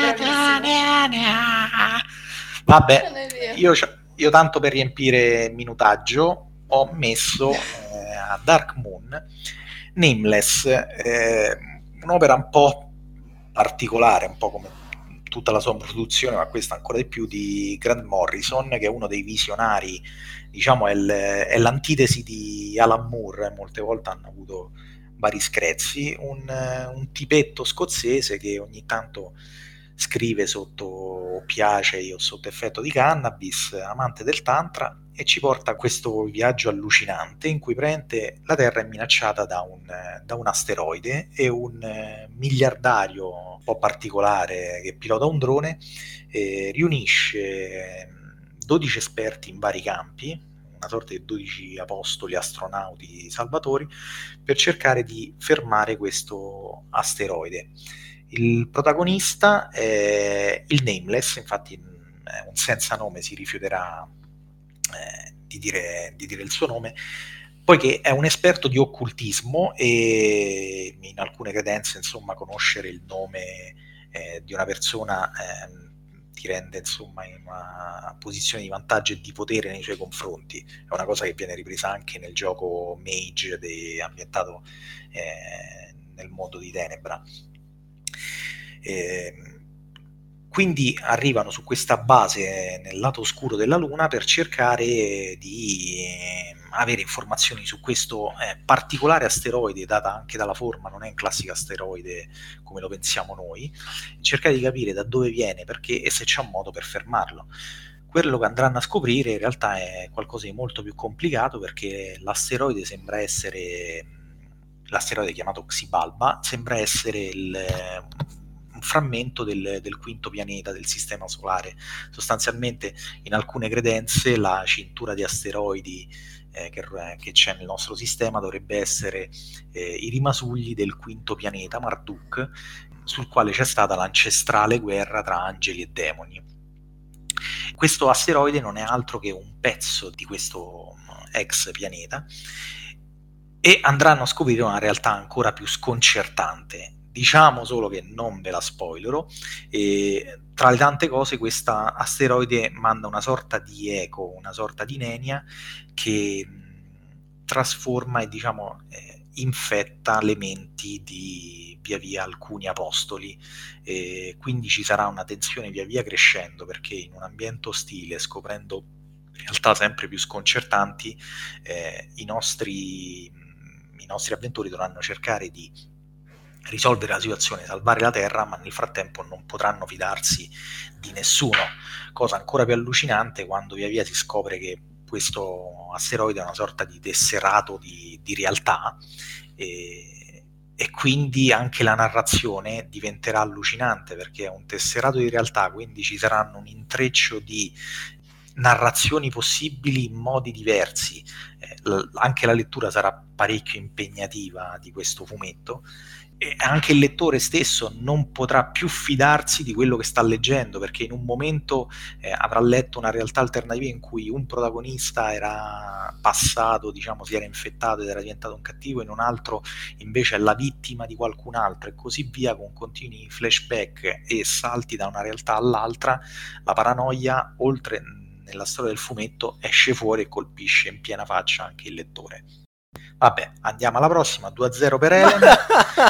Vabbè, io tanto per riempire minutaggio ho messo a Dark Moon Nameless, un'opera un po' particolare, un po' come tutta la sua produzione, ma questa ancora di più, di Grant Morrison, che è uno dei visionari, diciamo è l'antitesi di Alan Moore. Molte volte hanno avuto vari screzi, un tipetto scozzese che ogni tanto scrive sotto oppiacei o sotto effetto di cannabis, amante del tantra, e ci porta a questo viaggio allucinante in cui praticamente la Terra è minacciata da un asteroide, e un miliardario un po' particolare che pilota un drone riunisce 12 esperti in vari campi, una sorta di 12 apostoli, astronauti, salvatori, per cercare di fermare questo asteroide. Il protagonista è il Nameless, infatti un senza nome si rifiuterà di dire il suo nome, poiché è un esperto di occultismo, e in alcune credenze, insomma, conoscere il nome di una persona ti rende, insomma, in una posizione di vantaggio e di potere nei suoi confronti. È una cosa che viene ripresa anche nel gioco Mage ambientato nel mondo di Tenebra. Quindi arrivano su questa base nel lato oscuro della Luna per cercare di avere informazioni su questo particolare asteroide, data anche dalla forma, non è un classico asteroide come lo pensiamo noi, cercare di capire da dove viene, perché e se c'è un modo per fermarlo. Quello che andranno a scoprire in realtà è qualcosa di molto più complicato, perché l'asteroide chiamato Xibalba sembra essere un frammento del quinto pianeta del sistema solare. Sostanzialmente, in alcune credenze, la cintura di asteroidi che c'è nel nostro sistema dovrebbe essere i rimasugli del quinto pianeta, Marduk, sul quale c'è stata l'ancestrale guerra tra angeli e demoni. Questo asteroide non è altro che un pezzo di questo ex pianeta, e andranno a scoprire una realtà ancora più sconcertante. Diciamo solo che non ve la spoilerò, e tra le tante cose questa asteroide manda una sorta di eco, una sorta di nenia che trasforma e infetta le menti di via via alcuni apostoli, e quindi ci sarà una tensione via via crescendo, perché in un ambiente ostile, scoprendo realtà sempre più sconcertanti, i nostri avventori dovranno cercare di risolvere la situazione, salvare la Terra, ma nel frattempo non potranno fidarsi di nessuno, cosa ancora più allucinante quando via via si scopre che questo asteroide è una sorta di tesserato di realtà, e quindi anche la narrazione diventerà allucinante, perché è un tesserato di realtà, quindi ci saranno un intreccio di narrazioni possibili in modi diversi. Anche la lettura sarà parecchio impegnativa di questo fumetto, e anche il lettore stesso non potrà più fidarsi di quello che sta leggendo, perché in un momento avrà letto una realtà alternativa in cui un protagonista era passato, si era infettato ed era diventato un cattivo, in un altro invece è la vittima di qualcun altro, e così via, con continui flashback e salti da una realtà all'altra. La paranoia, oltre nella storia del fumetto, esce fuori e colpisce in piena faccia anche il lettore. Vabbè, andiamo alla prossima. 2-0 per Elena.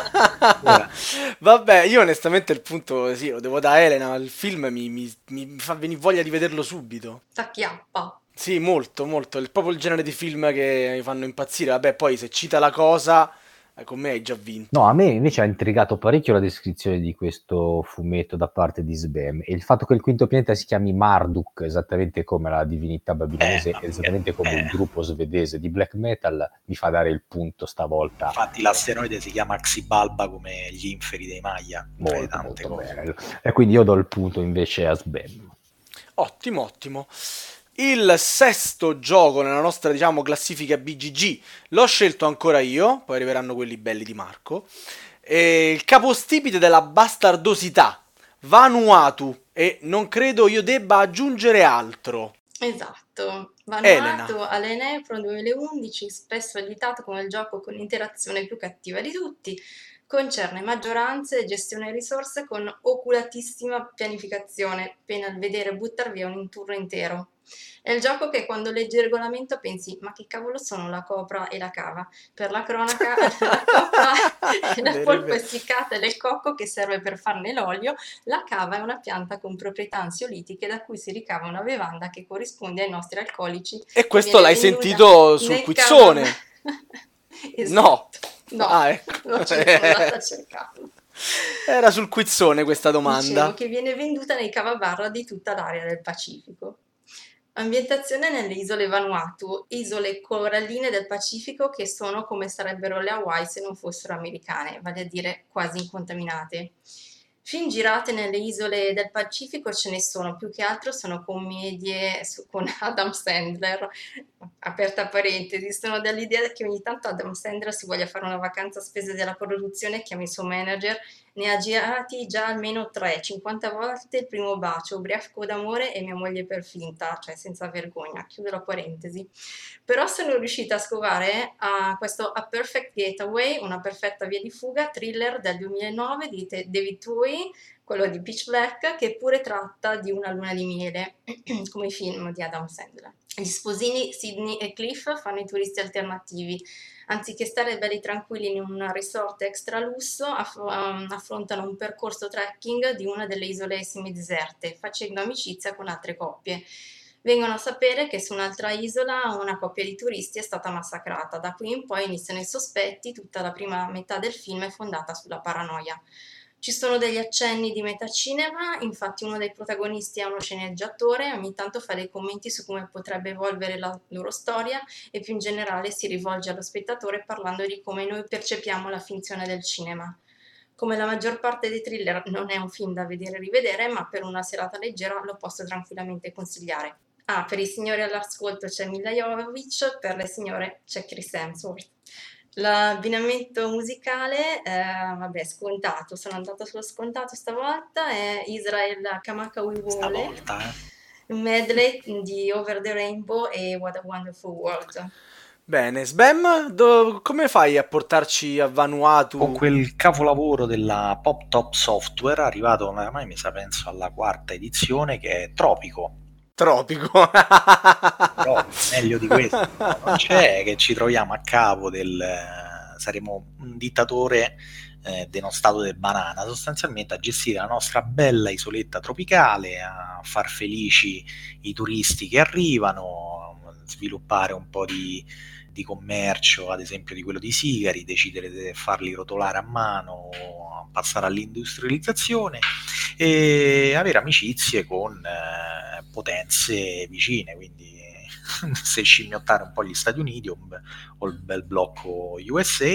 Vabbè, io onestamente il punto sì, lo devo da Elena. Il film mi fa venire voglia di vederlo subito. T'acchiappa. Sì, molto, molto. È proprio il genere di film che mi fanno impazzire. Vabbè, poi se cita la cosa, con me hai già vinto. No, a me invece ha intrigato parecchio la descrizione di questo fumetto da parte di Sbam, e il fatto che il quinto pianeta si chiami Marduk, esattamente come la divinità babilonese, esattamente come il gruppo svedese di black metal, mi fa dare il punto stavolta. Infatti l'asteroide si chiama Xibalba, come gli inferi dei Maya. Molto bene. E quindi io do il punto invece a Sbam. Ottimo, ottimo. Il sesto gioco nella nostra, classifica BGG l'ho scelto ancora io, poi arriveranno quelli belli di Marco. Il capostipite della bastardosità, Vanuatu, e non credo io debba aggiungere altro. Esatto, Elena. Vanuatu all'Enepro 2011, spesso additato come il gioco con l'interazione più cattiva di tutti. Concerne maggioranze e gestione risorse con oculatissima pianificazione, pena il vedere buttar via un turno intero. È il gioco che quando leggi il regolamento pensi: ma che cavolo sono la copra e la cava? Per la cronaca, la copra è la polpa essiccata del cocco che serve per farne l'olio, la cava è una pianta con proprietà ansiolitiche da cui si ricava una bevanda che corrisponde ai nostri alcolici. E questo l'hai sentito sul quizzone? Esatto. No, Ah, ecco. non ce l'ho andata a cercare. Era sul quizzone questa domanda. Dicevo che viene venduta nei cavabarra di tutta l'area del Pacifico. Ambientazione nelle isole Vanuatu, isole coralline del Pacifico che sono come sarebbero le Hawaii se non fossero americane, vale a dire quasi incontaminate. Film girate nelle isole del Pacifico ce ne sono, più che altro sono commedie con Adam Sandler, aperta parentesi, sono dell'idea che ogni tanto Adam Sandler si voglia fare una vacanza a spese della produzione e chiami il suo manager. Ne ha girati già almeno 3, 50 volte Il primo bacio, Ubriaco d'amore e Mia moglie per finta, cioè senza vergogna, chiudo la parentesi. Però sono riuscita a scovare a questo A Perfect Getaway, una perfetta via di fuga, thriller del 2009 di David Twohy, quello di Pitch Black, che pure tratta di una luna di miele, come i film di Adam Sandler. Gli sposini Sydney e Cliff fanno i turisti alternativi. Anziché stare belli tranquilli in un resort extra lusso, affrontano un percorso trekking di una delle isole semideserte, facendo amicizia con altre coppie. Vengono a sapere che su un'altra isola una coppia di turisti è stata massacrata. Da qui in poi iniziano i sospetti, tutta la prima metà del film è fondata sulla paranoia. Ci sono degli accenni di metacinema, infatti uno dei protagonisti è uno sceneggiatore, ogni tanto fa dei commenti su come potrebbe evolvere la loro storia e più in generale si rivolge allo spettatore parlando di come noi percepiamo la finzione del cinema. Come la maggior parte dei thriller non è un film da vedere e rivedere, ma per una serata leggera lo posso tranquillamente consigliare. Ah, per i signori all'ascolto c'è Mila Jovovich, per le signore c'è Chris Hemsworth. L'abbinamento musicale, vabbè, scontato, sono andata sullo scontato stavolta, è Israel Kamakawiwole, Stavolta, un medley di Over the Rainbow e What a Wonderful World. Bene, Sbam, come fai a portarci a Vanuatu? Con quel capolavoro della Pop Top Software, arrivato ormai mi sa penso alla 4ª edizione, che è Tropico. Tropico. Però meglio di questo non c'è, che ci troviamo a capo saremo un dittatore dello stato del banana, sostanzialmente a gestire la nostra bella isoletta tropicale, a far felici i turisti che arrivano, sviluppare un po' di commercio, ad esempio di quello di sigari, decidere di farli rotolare a mano, passare all'industrializzazione e avere amicizie con potenze vicine, quindi se scimmiottare un po' gli Stati Uniti o il bel blocco USA,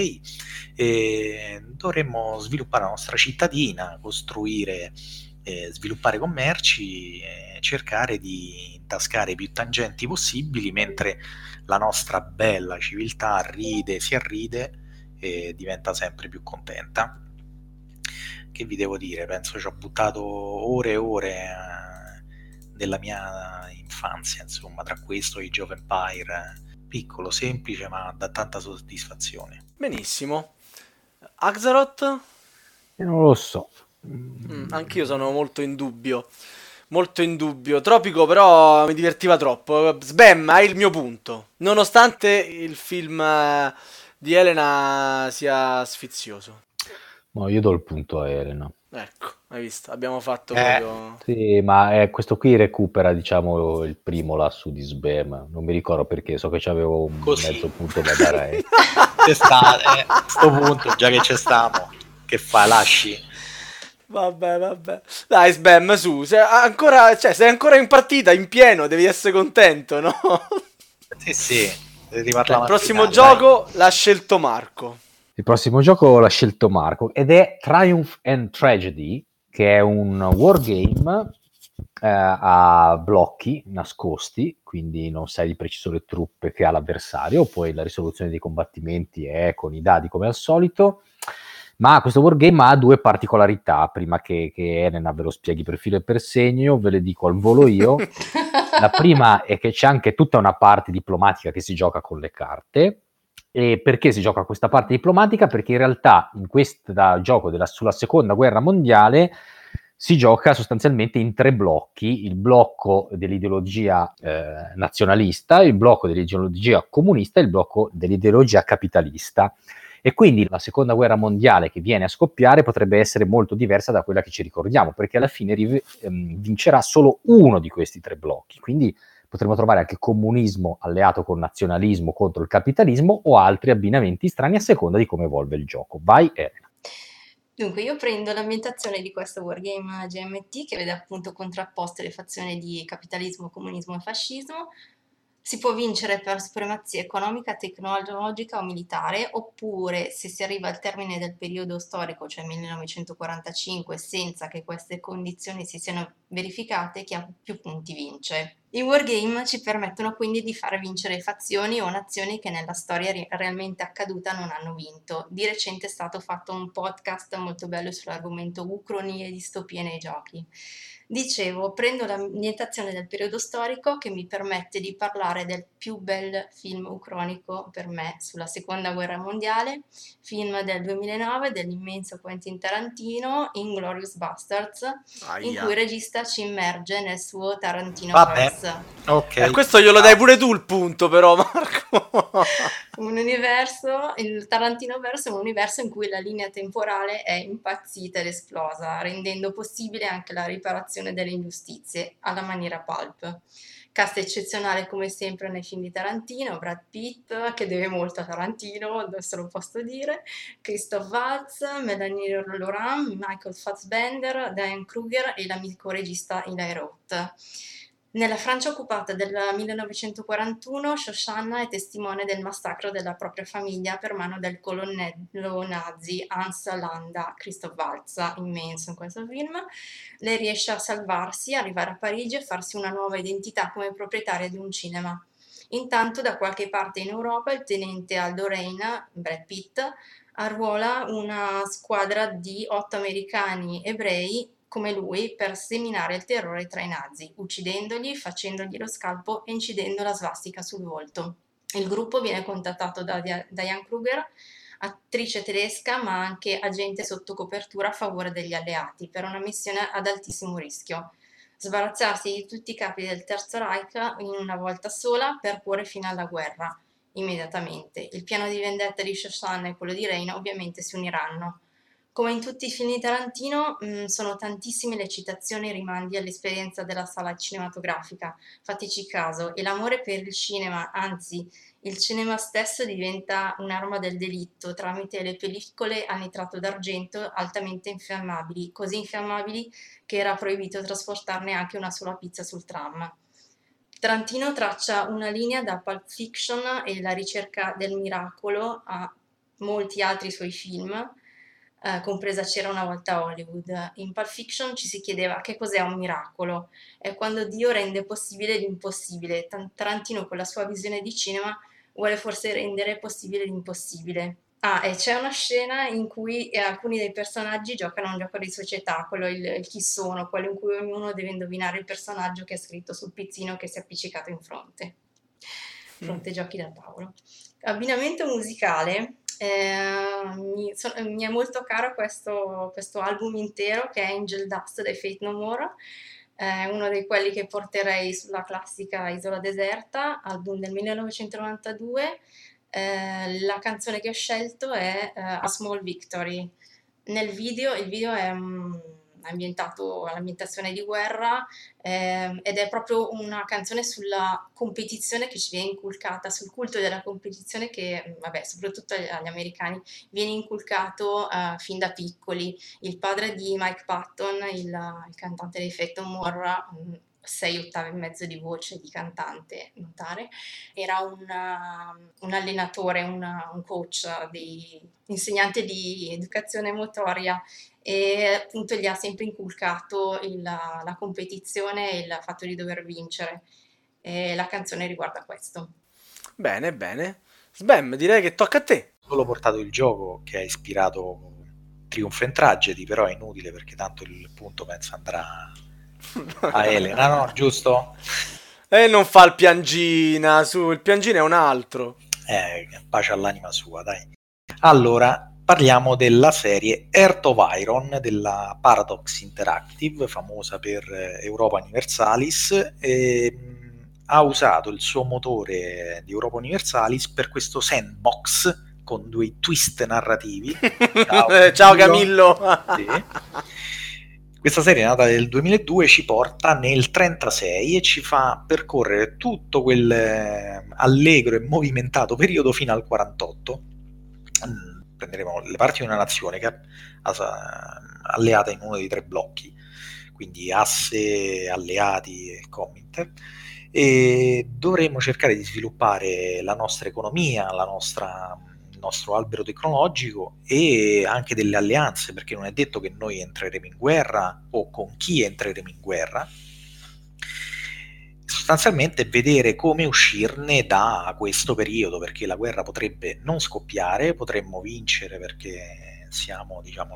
e dovremmo sviluppare la nostra cittadina, costruire, sviluppare commerci e cercare di intascare i più tangenti possibili, mentre la nostra bella civiltà si arride e diventa sempre più contenta. Che vi devo dire? Penso ci ho buttato ore e ore della mia infanzia, insomma, tra questo e Age of Empire, piccolo, semplice, ma dà tanta soddisfazione. Benissimo. Axaroth? Non lo so. Anch'io sono molto in dubbio. Molto in dubbio. Tropico però mi divertiva troppo. Sbam, hai il mio punto. Nonostante il film di Elena sia sfizioso. No, io do il punto a Elena. Ecco, hai visto? Abbiamo fatto proprio... Sì, ma questo qui recupera, diciamo, il primo lassù di Sbam. Non mi ricordo perché, so che c'avevo un mezzo punto da dare. C'è sta, sto punto, già che ci stiamo, che fa, lasci? Vabbè. Dai, Sbam, su, sei ancora in partita, in pieno, devi essere contento, no? Sì. Il prossimo gioco l'ha scelto Marco. Il prossimo gioco l'ha scelto Marco ed è Triumph and Tragedy, che è un wargame a blocchi nascosti, quindi non sai di preciso le truppe che ha l'avversario, poi la risoluzione dei combattimenti è con i dadi come al solito, ma questo wargame ha due particolarità. Prima che Elena ve lo spieghi per filo e per segno, ve le dico al volo io. La prima è che c'è anche tutta una parte diplomatica che si gioca con le carte. E perché si gioca questa parte diplomatica? Perché in realtà in questo gioco sulla seconda guerra mondiale si gioca sostanzialmente in 3 blocchi: il blocco dell'ideologia nazionalista, il blocco dell'ideologia comunista e il blocco dell'ideologia capitalista. E quindi la seconda guerra mondiale che viene a scoppiare potrebbe essere molto diversa da quella che ci ricordiamo, perché alla fine vincerà solo uno di questi 3 blocchi. Quindi potremmo trovare anche comunismo alleato con nazionalismo contro il capitalismo o altri abbinamenti strani a seconda di come evolve il gioco. Vai, Elena. Dunque, io prendo l'ambientazione di questo wargame GMT che vede appunto contrapposte le fazioni di capitalismo, comunismo e fascismo. Si può vincere per supremazia economica, tecnologica o militare, oppure se si arriva al termine del periodo storico, cioè 1945, senza che queste condizioni si siano verificate, chi ha più punti vince. I wargame ci permettono quindi di far vincere fazioni o nazioni che nella storia realmente accaduta non hanno vinto. Di recente è stato fatto un podcast molto bello sull'argomento ucronie e distopie nei giochi. Dicevo, prendo l'ambientazione del periodo storico che mi permette di parlare del più bel film ucronico per me sulla seconda guerra mondiale, film del 2009 dell'immenso Quentin Tarantino, Inglourious Basterds, in cui il regista ci immerge nel suo Tarantinoverse. Ok. Questo glielo dai pure tu il punto, però, Marco. Il Tarantinoverse è un universo in cui la linea temporale è impazzita ed esplosa, rendendo possibile anche la riparazione compilazione delle ingiustizie, alla maniera pulp. Cast eccezionale come sempre nei film di Tarantino: Brad Pitt, che deve molto a Tarantino, adesso lo posso dire, Christoph Waltz, Melanie Laurent, Michael Fassbender, Diane Kruger e l'amico regista Eli Roth. Nella Francia occupata del 1941, Shoshana è testimone del massacro della propria famiglia per mano del colonnello nazi Hans Landa. Christoph Waltz, immenso in questo film. Lei riesce a salvarsi, arrivare a Parigi e farsi una nuova identità come proprietaria di un cinema. Intanto, da qualche parte in Europa, il tenente Aldo Reina, Brad Pitt, arruola una squadra di 8 americani ebrei come lui per seminare il terrore tra i nazi, uccidendoli, facendogli lo scalpo e incidendo la svastica sul volto. Il gruppo viene contattato da Diane Kruger, attrice tedesca ma anche agente sotto copertura a favore degli alleati, per una missione ad altissimo rischio: sbarazzarsi di tutti i capi del Terzo Reich in una volta sola per porre fine alla guerra immediatamente. Il piano di vendetta di Shoshana e quello di Reina ovviamente si uniranno. Come in tutti i film di Tarantino, sono tantissime le citazioni e rimandi all'esperienza della sala cinematografica. Fateci caso, e l'amore per il cinema, anzi il cinema stesso, diventa un'arma del delitto tramite le pellicole a nitrato d'argento altamente infiammabili, così infiammabili che era proibito trasportarne anche una sola pizza sul tram. Tarantino traccia una linea da Pulp Fiction e La ricerca del miracolo a molti altri suoi film, compresa C'era una volta a Hollywood. In Pulp Fiction ci si chiedeva che cos'è un miracolo. È quando Dio rende possibile l'impossibile. Tarantino, con la sua visione di cinema, vuole forse rendere possibile l'impossibile. E c'è una scena in cui alcuni dei personaggi giocano un gioco di società, quello il chi sono, quello in cui ognuno deve indovinare il personaggio che è scritto sul pizzino che si è appiccicato in fronte. Fronte giochi da tavolo. Abbinamento musicale. Mi è molto caro questo album intero, che è Angel Dust dei Faith No More, uno dei quelli che porterei sulla classica Isola Deserta, album del 1992. La canzone che ho scelto è A Small Victory. Il video è ambientato all'ambientazione di guerra, ed è proprio una canzone sulla competizione che ci viene inculcata, sul culto della competizione che, soprattutto agli americani, viene inculcato fin da piccoli. Il padre di Mike Patton, il cantante dei Faith No More, 6 ottave e mezzo di voce di cantante, notare, era un allenatore, un coach, insegnante di educazione motoria, e appunto gli ha sempre inculcato la competizione e il fatto di dover vincere, e la canzone riguarda questo. Bene, bene. Sbam, direi che tocca a te. Solo portato il gioco che ha ispirato Triumph and Tragedy, però è inutile perché tanto il punto penso andrà a Elena, no? Giusto? E non fa il piangina, il piangina è un altro. Pace all'anima sua, dai. Allora, parliamo della serie Heart of Iron della Paradox Interactive, famosa per Europa Universalis, ha usato il suo motore di Europa Universalis per questo sandbox con 2 twist narrativi. Ciao Camillo. Sì. Questa serie, nata nel 2002, ci porta nel 36 e ci fa percorrere tutto quel allegro e movimentato periodo fino al 48. Prenderemo le parti di una nazione che è alleata in uno dei 3 blocchi, quindi asse, alleati e Comintern, e dovremo cercare di sviluppare la nostra economia, il nostro albero tecnologico e anche delle alleanze, perché non è detto che noi entreremo in guerra o con chi entreremo in guerra. Sostanzialmente vedere come uscirne da questo periodo, perché la guerra potrebbe non scoppiare, potremmo vincere perché siamo, diciamo,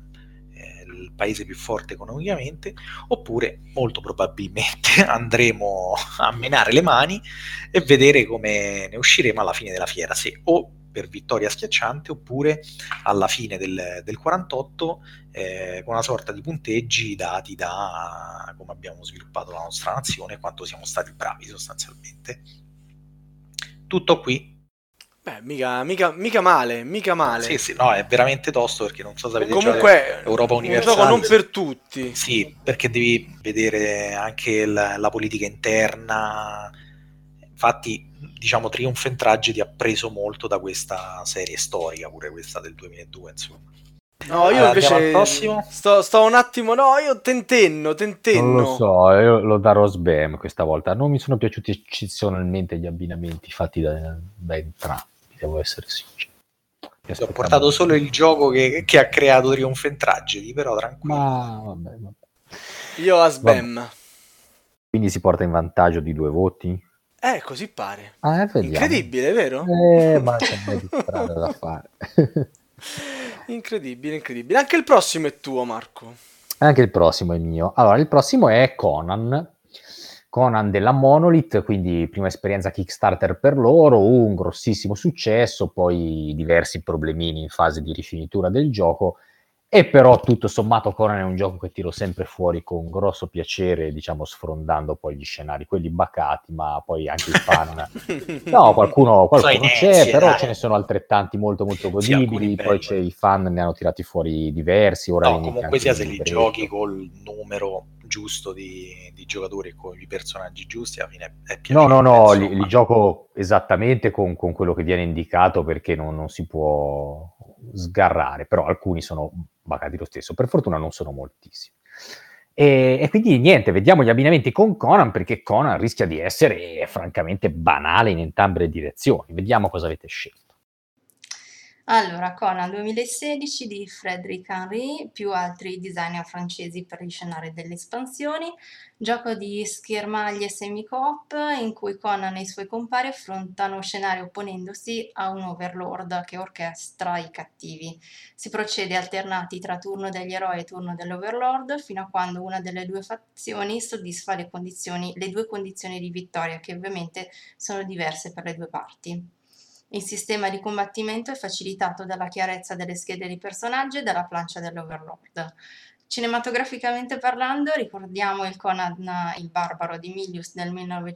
il paese più forte economicamente, oppure molto probabilmente andremo a menare le mani e vedere come ne usciremo alla fine della fiera, se o per vittoria schiacciante oppure alla fine del 48, con una sorta di punteggi dati da come abbiamo sviluppato la nostra nazione e quanto siamo stati bravi sostanzialmente. Tutto qui. Mica male, mica male. Sì, no, è veramente tosto, perché non so se avete Comunque, Europa un Universale. gioco non per tutti. Sì, perché devi vedere anche la politica interna. Infatti, diciamo, Triumph and Tragedy ha preso molto da questa serie storica, pure questa del 2002, insomma. No, io invece al prossimo. sto un attimo, no, io tentenno. Non lo so, io lo darò SBAM questa volta. Non mi sono piaciuti eccezionalmente gli abbinamenti fatti da entrambi, devo essere sincero. Ho portato solo il gioco che ha creato Triumph and Tragedy, però tranquillo. Ma vabbè. Io a SBAM. Quindi si porta in vantaggio di 2 voti? Così pare. Vediamo. Incredibile, vero? Ma c'è un po' di strada da fare. Incredibile. Anche il prossimo è tuo, Marco. Anche il prossimo è mio. Allora, il prossimo è Conan della Monolith, quindi prima esperienza Kickstarter per loro, un grossissimo successo, poi diversi problemini in fase di rifinitura del gioco, e però tutto sommato Conan è un gioco che tiro sempre fuori con grosso piacere, diciamo sfrondando poi gli scenari, quelli bacati, ma poi anche i fan. No, qualcuno c'è, però ce ne sono altrettanti molto molto godibili, poi i fan ne hanno tirati fuori diversi. Ora comunque sia, se li giochi col numero giusto di giocatori e con i personaggi giusti, alla fine è piacevole. No, li gioco esattamente con quello che viene indicato, perché non si può sgarrare, però alcuni sono bacati lo stesso, per fortuna non sono moltissimi. E quindi niente, vediamo gli abbinamenti con Conan, perché Conan rischia di essere francamente banale in entrambe le direzioni. Vediamo cosa avete scelto. Allora, Conan 2016 di Frédéric Henry, più altri designer francesi per gli scenari delle espansioni, gioco di schermaglie semi-coop in cui Conan e i suoi compari affrontano scenari opponendosi a un overlord che orchestra i cattivi. Si procede alternati tra turno degli eroi e turno dell'overlord, fino a quando una delle due fazioni soddisfa le due condizioni di vittoria, che ovviamente sono diverse per le due parti. Il sistema di combattimento è facilitato dalla chiarezza delle schede di personaggio e dalla plancia dell'Overlord. Cinematograficamente parlando, ricordiamo il Conan il Barbaro di Milius del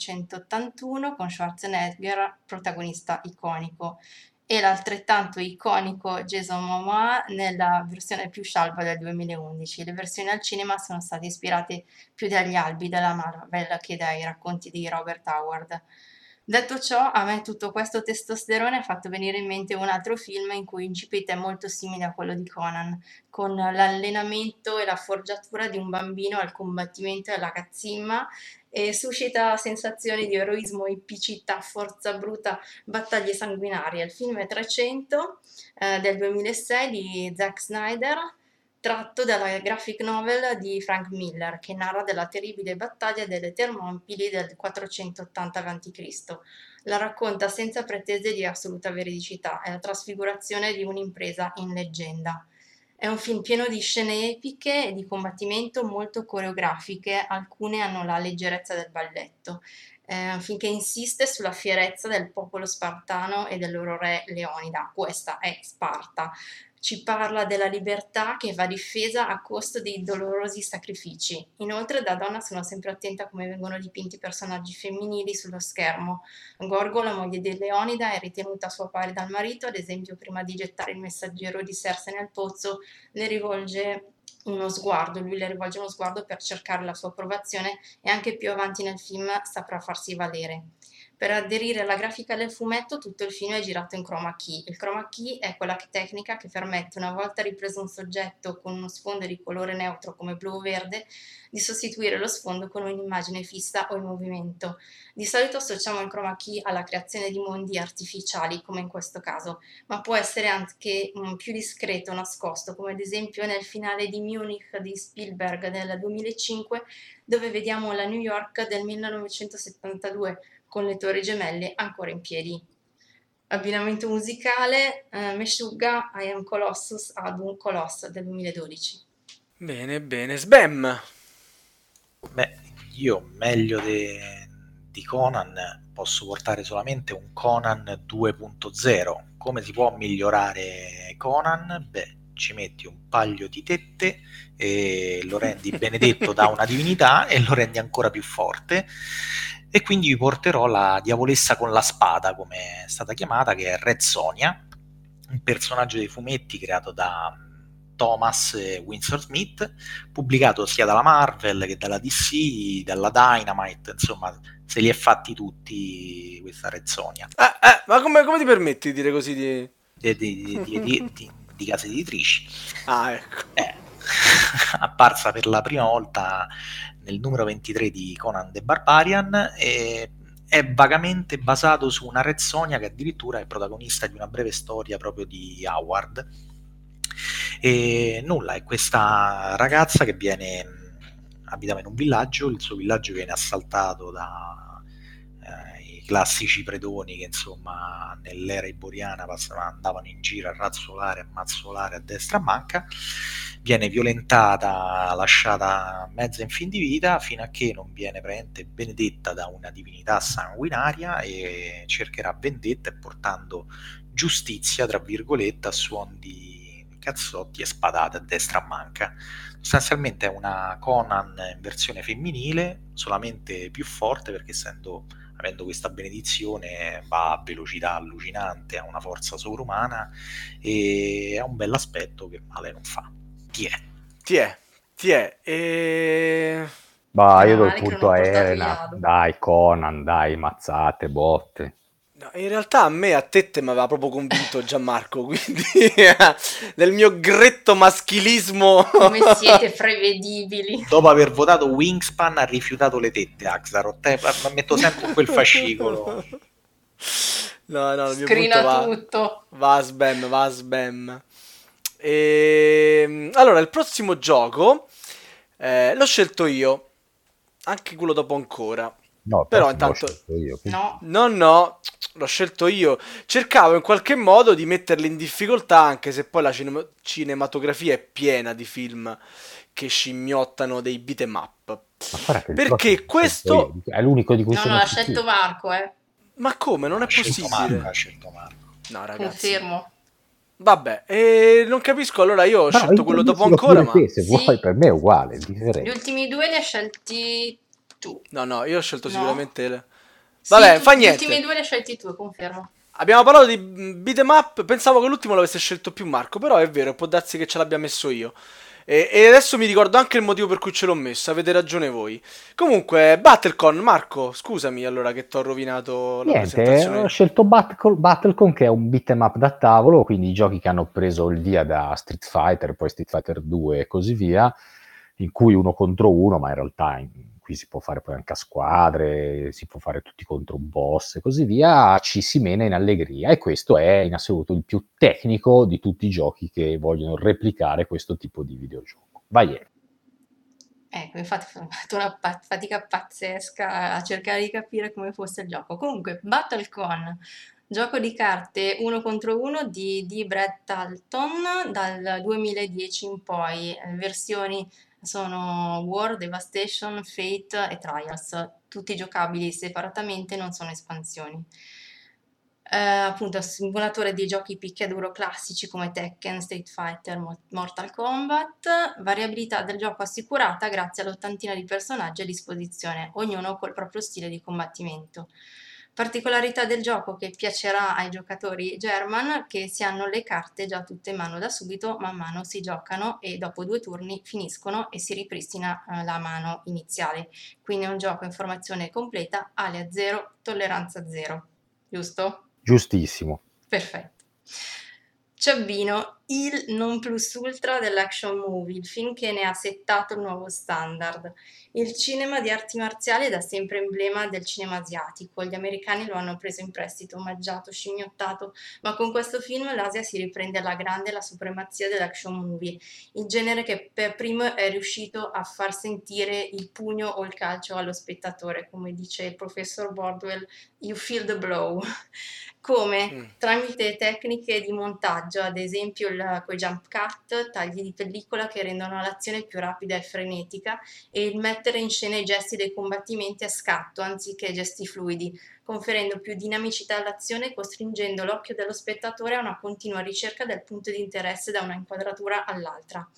1981 con Schwarzenegger protagonista iconico, e l'altrettanto iconico Jason Momoa nella versione più scialba del 2011. Le versioni al cinema sono state ispirate più dagli albi della Marvel che dai racconti di Robert Howard. Detto ciò, a me tutto questo testosterone ha fatto venire in mente un altro film in cui incipit è molto simile a quello di Conan, con l'allenamento e la forgiatura di un bambino al combattimento e alla cazzimma, e suscita sensazioni di eroismo, epicità, forza bruta, battaglie sanguinarie. Il film è 300 del 2006 di Zack Snyder, tratto dalla graphic novel di Frank Miller, che narra della terribile battaglia delle Termopili del 480 a.C. La racconta senza pretese di assoluta veridicità, è la trasfigurazione di un'impresa in leggenda. È un film pieno di scene epiche e di combattimento molto coreografiche, alcune hanno la leggerezza del balletto. È un film che insiste sulla fierezza del popolo spartano e del loro re Leonida. Questa è Sparta. Ci parla della libertà che va difesa a costo dei dolorosi sacrifici. Inoltre, da donna sono sempre attenta a come vengono dipinti i personaggi femminili sullo schermo. Gorgo, la moglie di Leonida, è ritenuta a suo pari dal marito, ad esempio prima di gettare il messaggero di Cersei nel pozzo, lui le rivolge uno sguardo per cercare la sua approvazione, e anche più avanti nel film saprà farsi valere. Per aderire alla grafica del fumetto, tutto il film è girato in chroma key. Il chroma key è quella tecnica che permette, una volta ripreso un soggetto con uno sfondo di colore neutro come blu o verde, di sostituire lo sfondo con un'immagine fissa o in movimento. Di solito associamo il chroma key alla creazione di mondi artificiali, come in questo caso, ma può essere anche più discreto, nascosto, come ad esempio nel finale di Munich di Spielberg del 2005, dove vediamo la New York del 1972, con le torri gemelle ancora in piedi. Abbinamento musicale, Meshuggah, I Am Colossus, album Coloss del 2012. Bene, SBAM! Beh, io meglio di Conan posso portare solamente un Conan 2.0. Come si può migliorare Conan? Beh, ci metti un paio di tette e lo rendi benedetto da una divinità e lo rendi ancora più forte. e quindi vi porterò la diavolessa con la spada, come è stata chiamata, che è Red Sonja, un personaggio dei fumetti creato da Thomas Winsor Smith, pubblicato sia dalla Marvel che dalla DC, dalla Dynamite, insomma se li è fatti tutti questa Red Sonja. Ma come ti permetti di dire così di case editrici. Ecco. Apparsa per la prima volta nel numero 23 di Conan the Barbarian e è vagamente basato su una Red Sonja che addirittura è protagonista di una breve storia proprio di Howard. E nulla, è questa ragazza che abitava in un villaggio, il suo villaggio viene assaltato da i classici predoni che insomma nell'era iboriana andavano in giro a razzolare, a mazzolare a destra e a manca, viene violentata, lasciata mezza in fin di vita, fino a che non viene benedetta da una divinità sanguinaria e cercherà vendetta portando giustizia, tra virgolette, a suon di cazzotti e spadate a destra a manca. Sostanzialmente è una Conan in versione femminile, solamente più forte, perché avendo questa benedizione va a velocità allucinante, ha una forza sovrumana e ha un bell'aspetto che male non fa. Ti è. Bah, io do il punto a Elena. Dai, Conan, dai, mazzate, botte. No, in realtà a me, a te mi aveva proprio convinto Gianmarco, quindi nel mio gretto maschilismo... Come siete prevedibili. Dopo aver votato Wingspan ha rifiutato le tette, Axaroth, metto sempre quel fascicolo. No, il mio Scrina punto tutto. Va a spam. Allora, il prossimo gioco l'ho scelto io, anche quello dopo ancora. No, però intanto io. No, l'ho scelto io. Cercavo in qualche modo di metterli in difficoltà, anche se poi la cinematografia è piena di film che scimmiottano dei beat 'em up. Perché questo è l'unico di cui sono l'ha scelto Marco, Ma come? Non è possibile. Ha scelto Marco. No, ragazzi. Confermo. Vabbè, non capisco. Allora io ho scelto quello dopo ancora, ma se vuoi, per me è uguale, Gli ultimi due li hai scelti tu. No, io ho scelto sicuramente Vabbè, fa niente. Gli ultimi due li hai scelti tu, confermo. Abbiamo parlato di beat 'em up, pensavo che l'ultimo l'avesse scelto più Marco, però è vero, può darsi che ce l'abbia messo io. E adesso mi ricordo anche il motivo per cui ce l'ho messo, avete ragione voi. Comunque, Battlecon, Marco, scusami allora che ti ho rovinato la presentazione. Ho scelto Battlecon, che è un beat 'em up da tavolo, quindi i giochi che hanno preso il via da Street Fighter, poi Street Fighter 2 e così via, in cui 1 contro 1, ma in realtà qui si può fare poi anche a squadre, si può fare tutti contro un boss e così via, ci si mena in allegria, e questo è in assoluto il più tecnico di tutti i giochi che vogliono replicare questo tipo di videogioco. Vai. Ecco, infatti ho fatto una fatica pazzesca a cercare di capire come fosse il gioco. Comunque, Battlecon, gioco di carte 1 contro 1 di Brett Dalton dal 2010 in poi, versioni sono War, Devastation, Fate e Trials, tutti giocabili separatamente, non sono espansioni. Appunto, simulatore di giochi picchiaduro classici come Tekken, Street Fighter, Mortal Kombat, variabilità del gioco assicurata grazie all'80 di personaggi a disposizione, ognuno col proprio stile di combattimento. Particolarità del gioco che piacerà ai giocatori German, che si hanno le carte già tutte in mano da subito, man mano si giocano e dopo 2 turni finiscono e si ripristina la mano iniziale. Quindi è un gioco informazione completa, alia 0, tolleranza 0. Giusto? Giustissimo. Perfetto. Ci abbino il non plus ultra dell'action movie, il film che ne ha settato il nuovo standard. Il cinema di arti marziali è da sempre emblema del cinema asiatico. Gli americani lo hanno preso in prestito, omaggiato, scimmiottato, ma con questo film l'Asia si riprende alla grande la supremazia dell'action movie, il genere che per primo è riuscito a far sentire il pugno o il calcio allo spettatore, come dice il professor Bordwell, you feel the blow. Come? Tramite tecniche di montaggio, ad esempio quei jump cut, tagli di pellicola che rendono l'azione più rapida e frenetica, e il mettere in scena i gesti dei combattimenti a scatto anziché gesti fluidi, conferendo più dinamicità all'azione e costringendo l'occhio dello spettatore a una continua ricerca del punto di interesse da una inquadratura all'altra.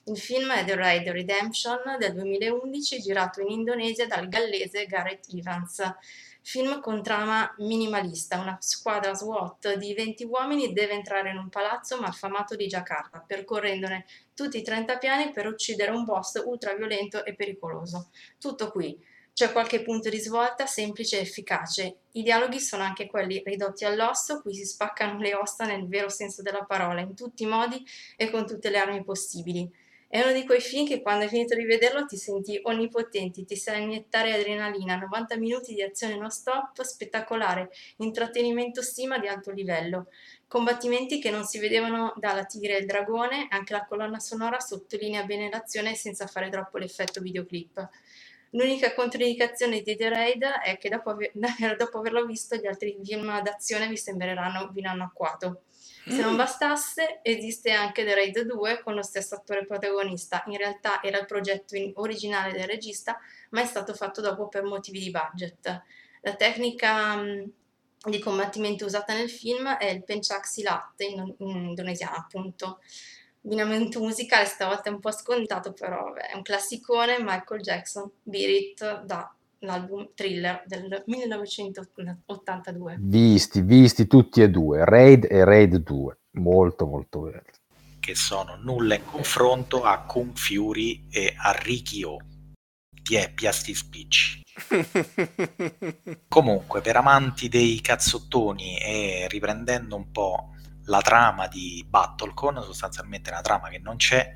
Il film è The Raid Redemption del 2011, girato in Indonesia dal gallese Gareth Evans. Film con trama minimalista: una squadra SWAT di 20 uomini deve entrare in un palazzo malfamato di Giacarta, percorrendone tutti i 30 piani per uccidere un boss ultraviolento e pericoloso. Tutto qui. C'è qualche punto di svolta semplice e efficace. I dialoghi sono anche quelli ridotti all'osso, qui si spaccano le ossa nel vero senso della parola, in tutti i modi e con tutte le armi possibili. È uno di quei film che quando hai finito di vederlo ti senti onnipotenti, ti sai iniettare adrenalina, 90 minuti di azione non stop, spettacolare, intrattenimento stima di alto livello, combattimenti che non si vedevano dalla Tigre e il Dragone, anche la colonna sonora sottolinea bene l'azione senza fare troppo l'effetto videoclip. L'unica controindicazione di The Raid è che dopo averlo visto gli altri film d'azione vi sembreranno vino annacquato. Se non bastasse, esiste anche The Raid 2 con lo stesso attore protagonista. In realtà era il progetto originale del regista, ma è stato fatto dopo per motivi di budget. La tecnica di combattimento usata nel film è il pencak silat in indonesiano, appunto. Abbinamento musicale stavolta è un po' scontato, però è un classicone. Michael Jackson, Beat It, dall'album Thriller del 1982. Visti tutti e due, Raid e Raid 2, molto molto bello. Che sono nulla in confronto a Kung Fury e a Rikyo. Ti è piasti spicci. Comunque, per amanti dei cazzottoni e riprendendo un po' la trama di Battlecon, sostanzialmente una trama che non c'è,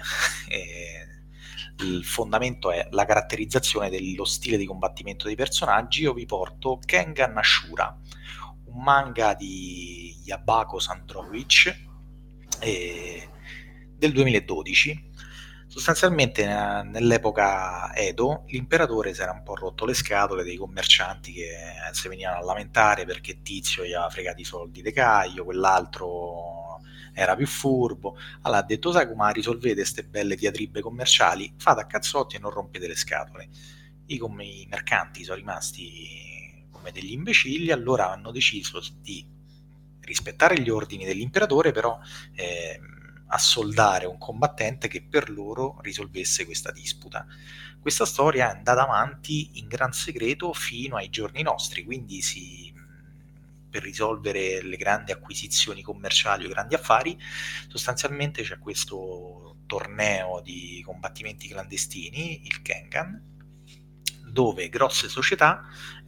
il fondamento è la caratterizzazione dello stile di combattimento dei personaggi. Io vi porto Kengan Ashura, un manga di Yabako Sandrovic del 2012. Sostanzialmente nell'epoca Edo l'imperatore si era un po' rotto le scatole dei commercianti che si venivano a lamentare perché Tizio gli aveva fregato i soldi di Caio, quell'altro era più furbo. Allora ha detto: sai come risolvete queste belle diatribe commerciali? Fate a cazzotti e non rompete le scatole. I mercanti sono rimasti come degli imbecilli, allora hanno deciso di rispettare gli ordini dell'imperatore, però assoldare un combattente che per loro risolvesse questa disputa. Questa storia è andata avanti in gran segreto fino ai giorni nostri, quindi per risolvere le grandi acquisizioni commerciali o grandi affari, sostanzialmente c'è questo torneo di combattimenti clandestini, il Kengan, dove grosse società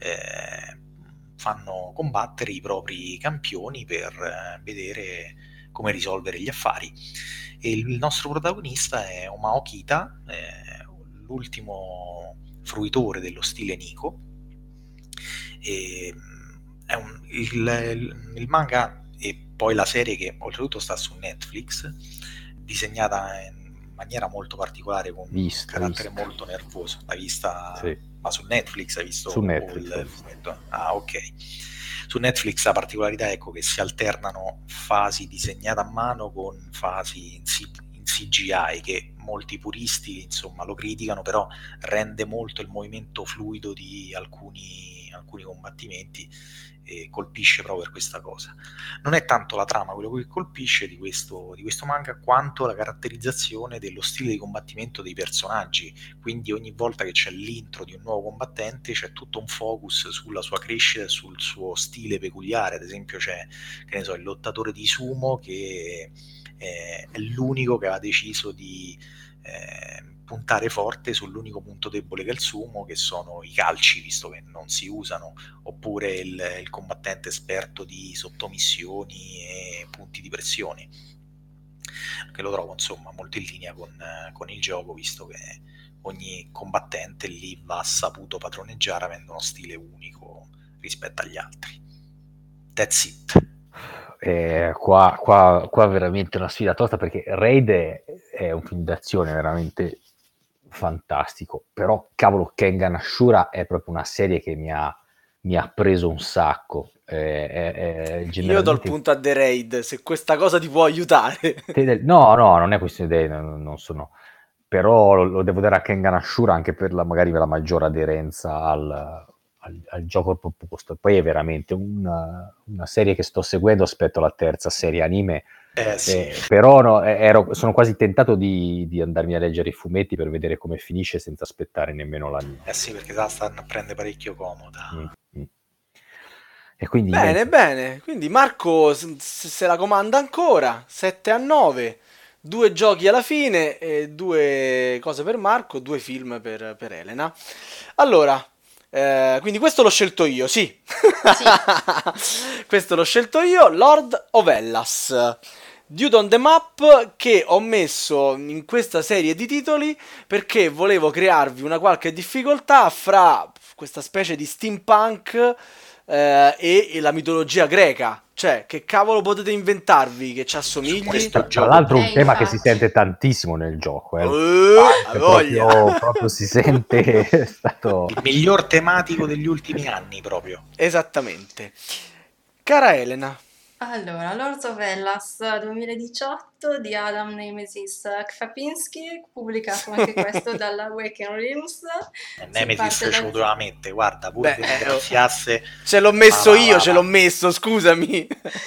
fanno combattere i propri campioni per vedere come risolvere gli affari. E il nostro protagonista è Omao Kita, l'ultimo fruitore dello stile Nico. Il manga e poi la serie, che oltretutto sta su Netflix, disegnata in maniera molto particolare, con un carattere molto nervoso. L'hai vista? Sì. Ma su Netflix hai visto? Su Netflix. Ah, ok. Su Netflix la particolarità è che si alternano fasi disegnate a mano con fasi in CGI, che molti puristi insomma lo criticano, però rende molto il movimento fluido di alcuni combattimenti e colpisce proprio per questa cosa. Non è tanto la trama quello che colpisce di questo manga, quanto la caratterizzazione dello stile di combattimento dei personaggi. Quindi ogni volta che c'è l'intro di un nuovo combattente c'è tutto un focus sulla sua crescita e sul suo stile peculiare. Ad esempio c'è, che ne so, il lottatore di sumo che è l'unico che ha deciso di puntare forte sull'unico punto debole che è il sumo, che sono i calci, visto che non si usano, oppure il combattente esperto di sottomissioni e punti di pressione, che lo trovo insomma molto in linea con il gioco, visto che ogni combattente lì va saputo padroneggiare avendo uno stile unico rispetto agli altri. That's it. Qua veramente una sfida tosta, perché Raid è un film d'azione veramente fantastico, però cavolo, Kengan Ashura è proprio una serie che mi ha preso un sacco. Io do il punto a The Raid, se questa cosa ti può aiutare. No, non è questione di non sono, però lo devo dare a Kengan Ashura anche per magari la maggiore aderenza al gioco proposto. Poi è veramente una serie che sto seguendo, aspetto la terza serie anime. Sì. Però no, sono quasi tentato di andarmi a leggere i fumetti per vedere come finisce senza aspettare nemmeno l'anime. Sì, perché la stanno a prendere parecchio comoda. E quindi Bene. Quindi Marco se la comanda ancora. 7-9. 2 giochi alla fine, e 2 cose per Marco, 2 film per Elena. Allora, quindi questo l'ho scelto io, sì. Questo l'ho scelto io, Lord of Hellas. Dude on the Map, che ho messo in questa serie di titoli perché volevo crearvi una qualche difficoltà fra questa specie di steampunk e la mitologia greca. Cioè, che cavolo potete inventarvi che ci assomigli? tra l'altro un tema che infatti. si sente tantissimo nel gioco. Voglia. Proprio si sente è stato... Il miglior tematico degli ultimi anni, proprio. Esattamente. Cara Elena. Allora, Lords of Hellas 2018 di Adam Nemesis Kvapinski, pubblicato anche questo dalla Awaken Realms. Nemesis ce lo doveva mettere, guarda, pure Beh, per graffiasse. Ce l'ho messo io, va. ce l'ho messo, scusami.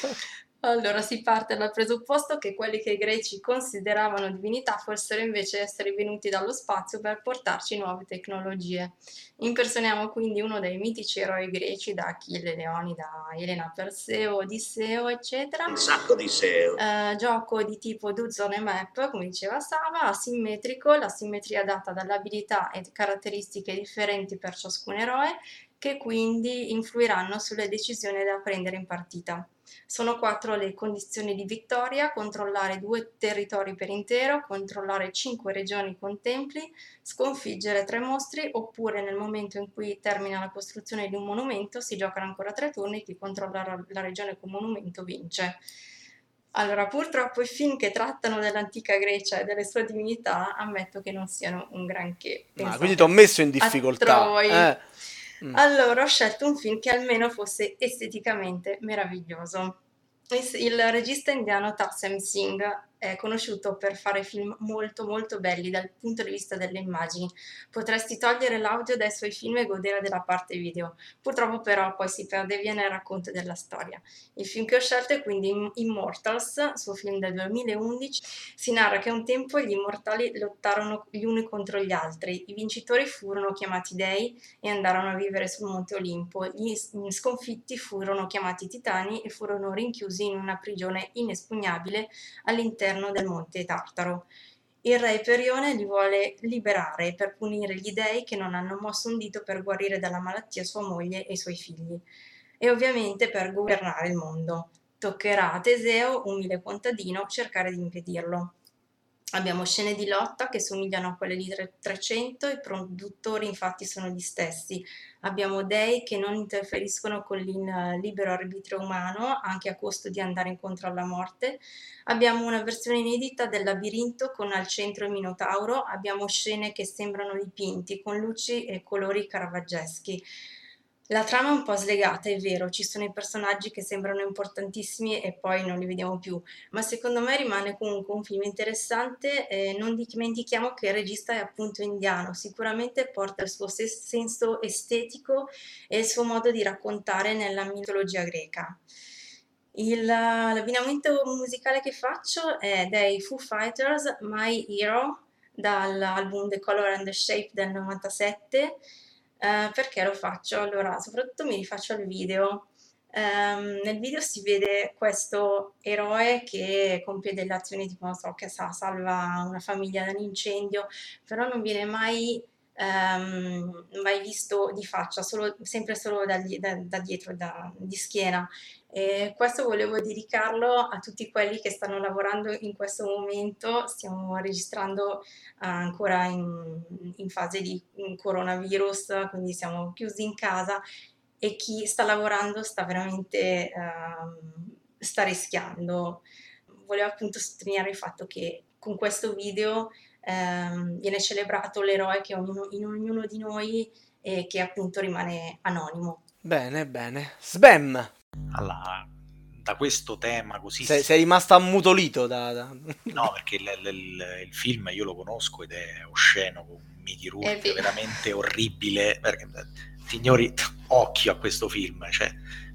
Allora, si parte dal presupposto che quelli che i greci consideravano divinità fossero invece esseri venuti dallo spazio per portarci nuove tecnologie. Impersoniamo quindi uno dei mitici eroi greci, da Achille, Leonida, Elena, Perseo, Odisseo, eccetera. Un sacco di SEO. Gioco di tipo Dudes on a Map, come diceva Sava, asimmetrico, la simmetria data dalle abilità e caratteristiche differenti per ciascun eroe, che quindi influiranno sulle decisioni da prendere in partita. Sono 4 le condizioni di vittoria: controllare 2 territori per intero, controllare 5 regioni con templi, sconfiggere 3 mostri, oppure nel momento in cui termina la costruzione di un monumento si giocano ancora 3 turni, chi controlla la regione con monumento vince. Allora, purtroppo i film che trattano dell'antica Grecia e delle sue divinità ammetto che non siano un granché. Quindi ti ho messo in difficoltà. Allora, ho scelto un film che almeno fosse esteticamente meraviglioso. Il regista indiano Tarsem Singh è conosciuto per fare film molto molto belli dal punto di vista delle immagini. Potresti togliere l'audio dai suoi film e godere della parte video. Purtroppo però poi si perde via nel racconto della storia. Il film che ho scelto è quindi Immortals, suo film del 2011. Si narra che un tempo gli immortali lottarono gli uni contro gli altri. I vincitori furono chiamati dei e andarono a vivere sul Monte Olimpo. Gli sconfitti furono chiamati titani e furono rinchiusi in una prigione inespugnabile all'interno del Monte Tartaro. Il re Iperione li vuole liberare per punire gli dei che non hanno mosso un dito per guarire dalla malattia sua moglie e i suoi figli, e ovviamente per governare il mondo. Toccherà a Teseo, umile contadino, cercare di impedirlo. Abbiamo scene di lotta che somigliano a quelle di 300, i produttori infatti sono gli stessi. Abbiamo dei che non interferiscono con il libero arbitrio umano, anche a costo di andare incontro alla morte. Abbiamo una versione inedita del labirinto con al centro il Minotauro. Abbiamo scene che sembrano dipinti con luci e colori caravaggeschi. La trama è un po' slegata, è vero, ci sono i personaggi che sembrano importantissimi e poi non li vediamo più, ma secondo me rimane comunque un film interessante. Non dimentichiamo che il regista è appunto indiano, sicuramente porta il suo senso estetico e il suo modo di raccontare nella mitologia greca. L'abbinamento musicale che faccio è dei Foo Fighters, My Hero, dall'album The Color and the Shape del 97. Perché lo faccio? Allora, soprattutto mi rifaccio al video. Nel video si vede questo eroe che compie delle azioni tipo, non so, che salva una famiglia da un incendio, però non viene mai visto di faccia, sempre solo da dietro, di schiena. E questo volevo dedicarlo a tutti quelli che stanno lavorando in questo momento. Stiamo registrando ancora in fase di coronavirus, quindi siamo chiusi in casa e chi sta lavorando sta veramente sta rischiando. Volevo appunto sottolineare il fatto che con questo video viene celebrato l'eroe che è in ognuno di noi e che appunto rimane anonimo. Bene. Sbam! Allora, da questo tema così... Sei rimasto ammutolito No, perché il film io lo conosco ed è osceno, con Mickey Rourke, veramente orribile. Signori, occhio a questo film, cioè,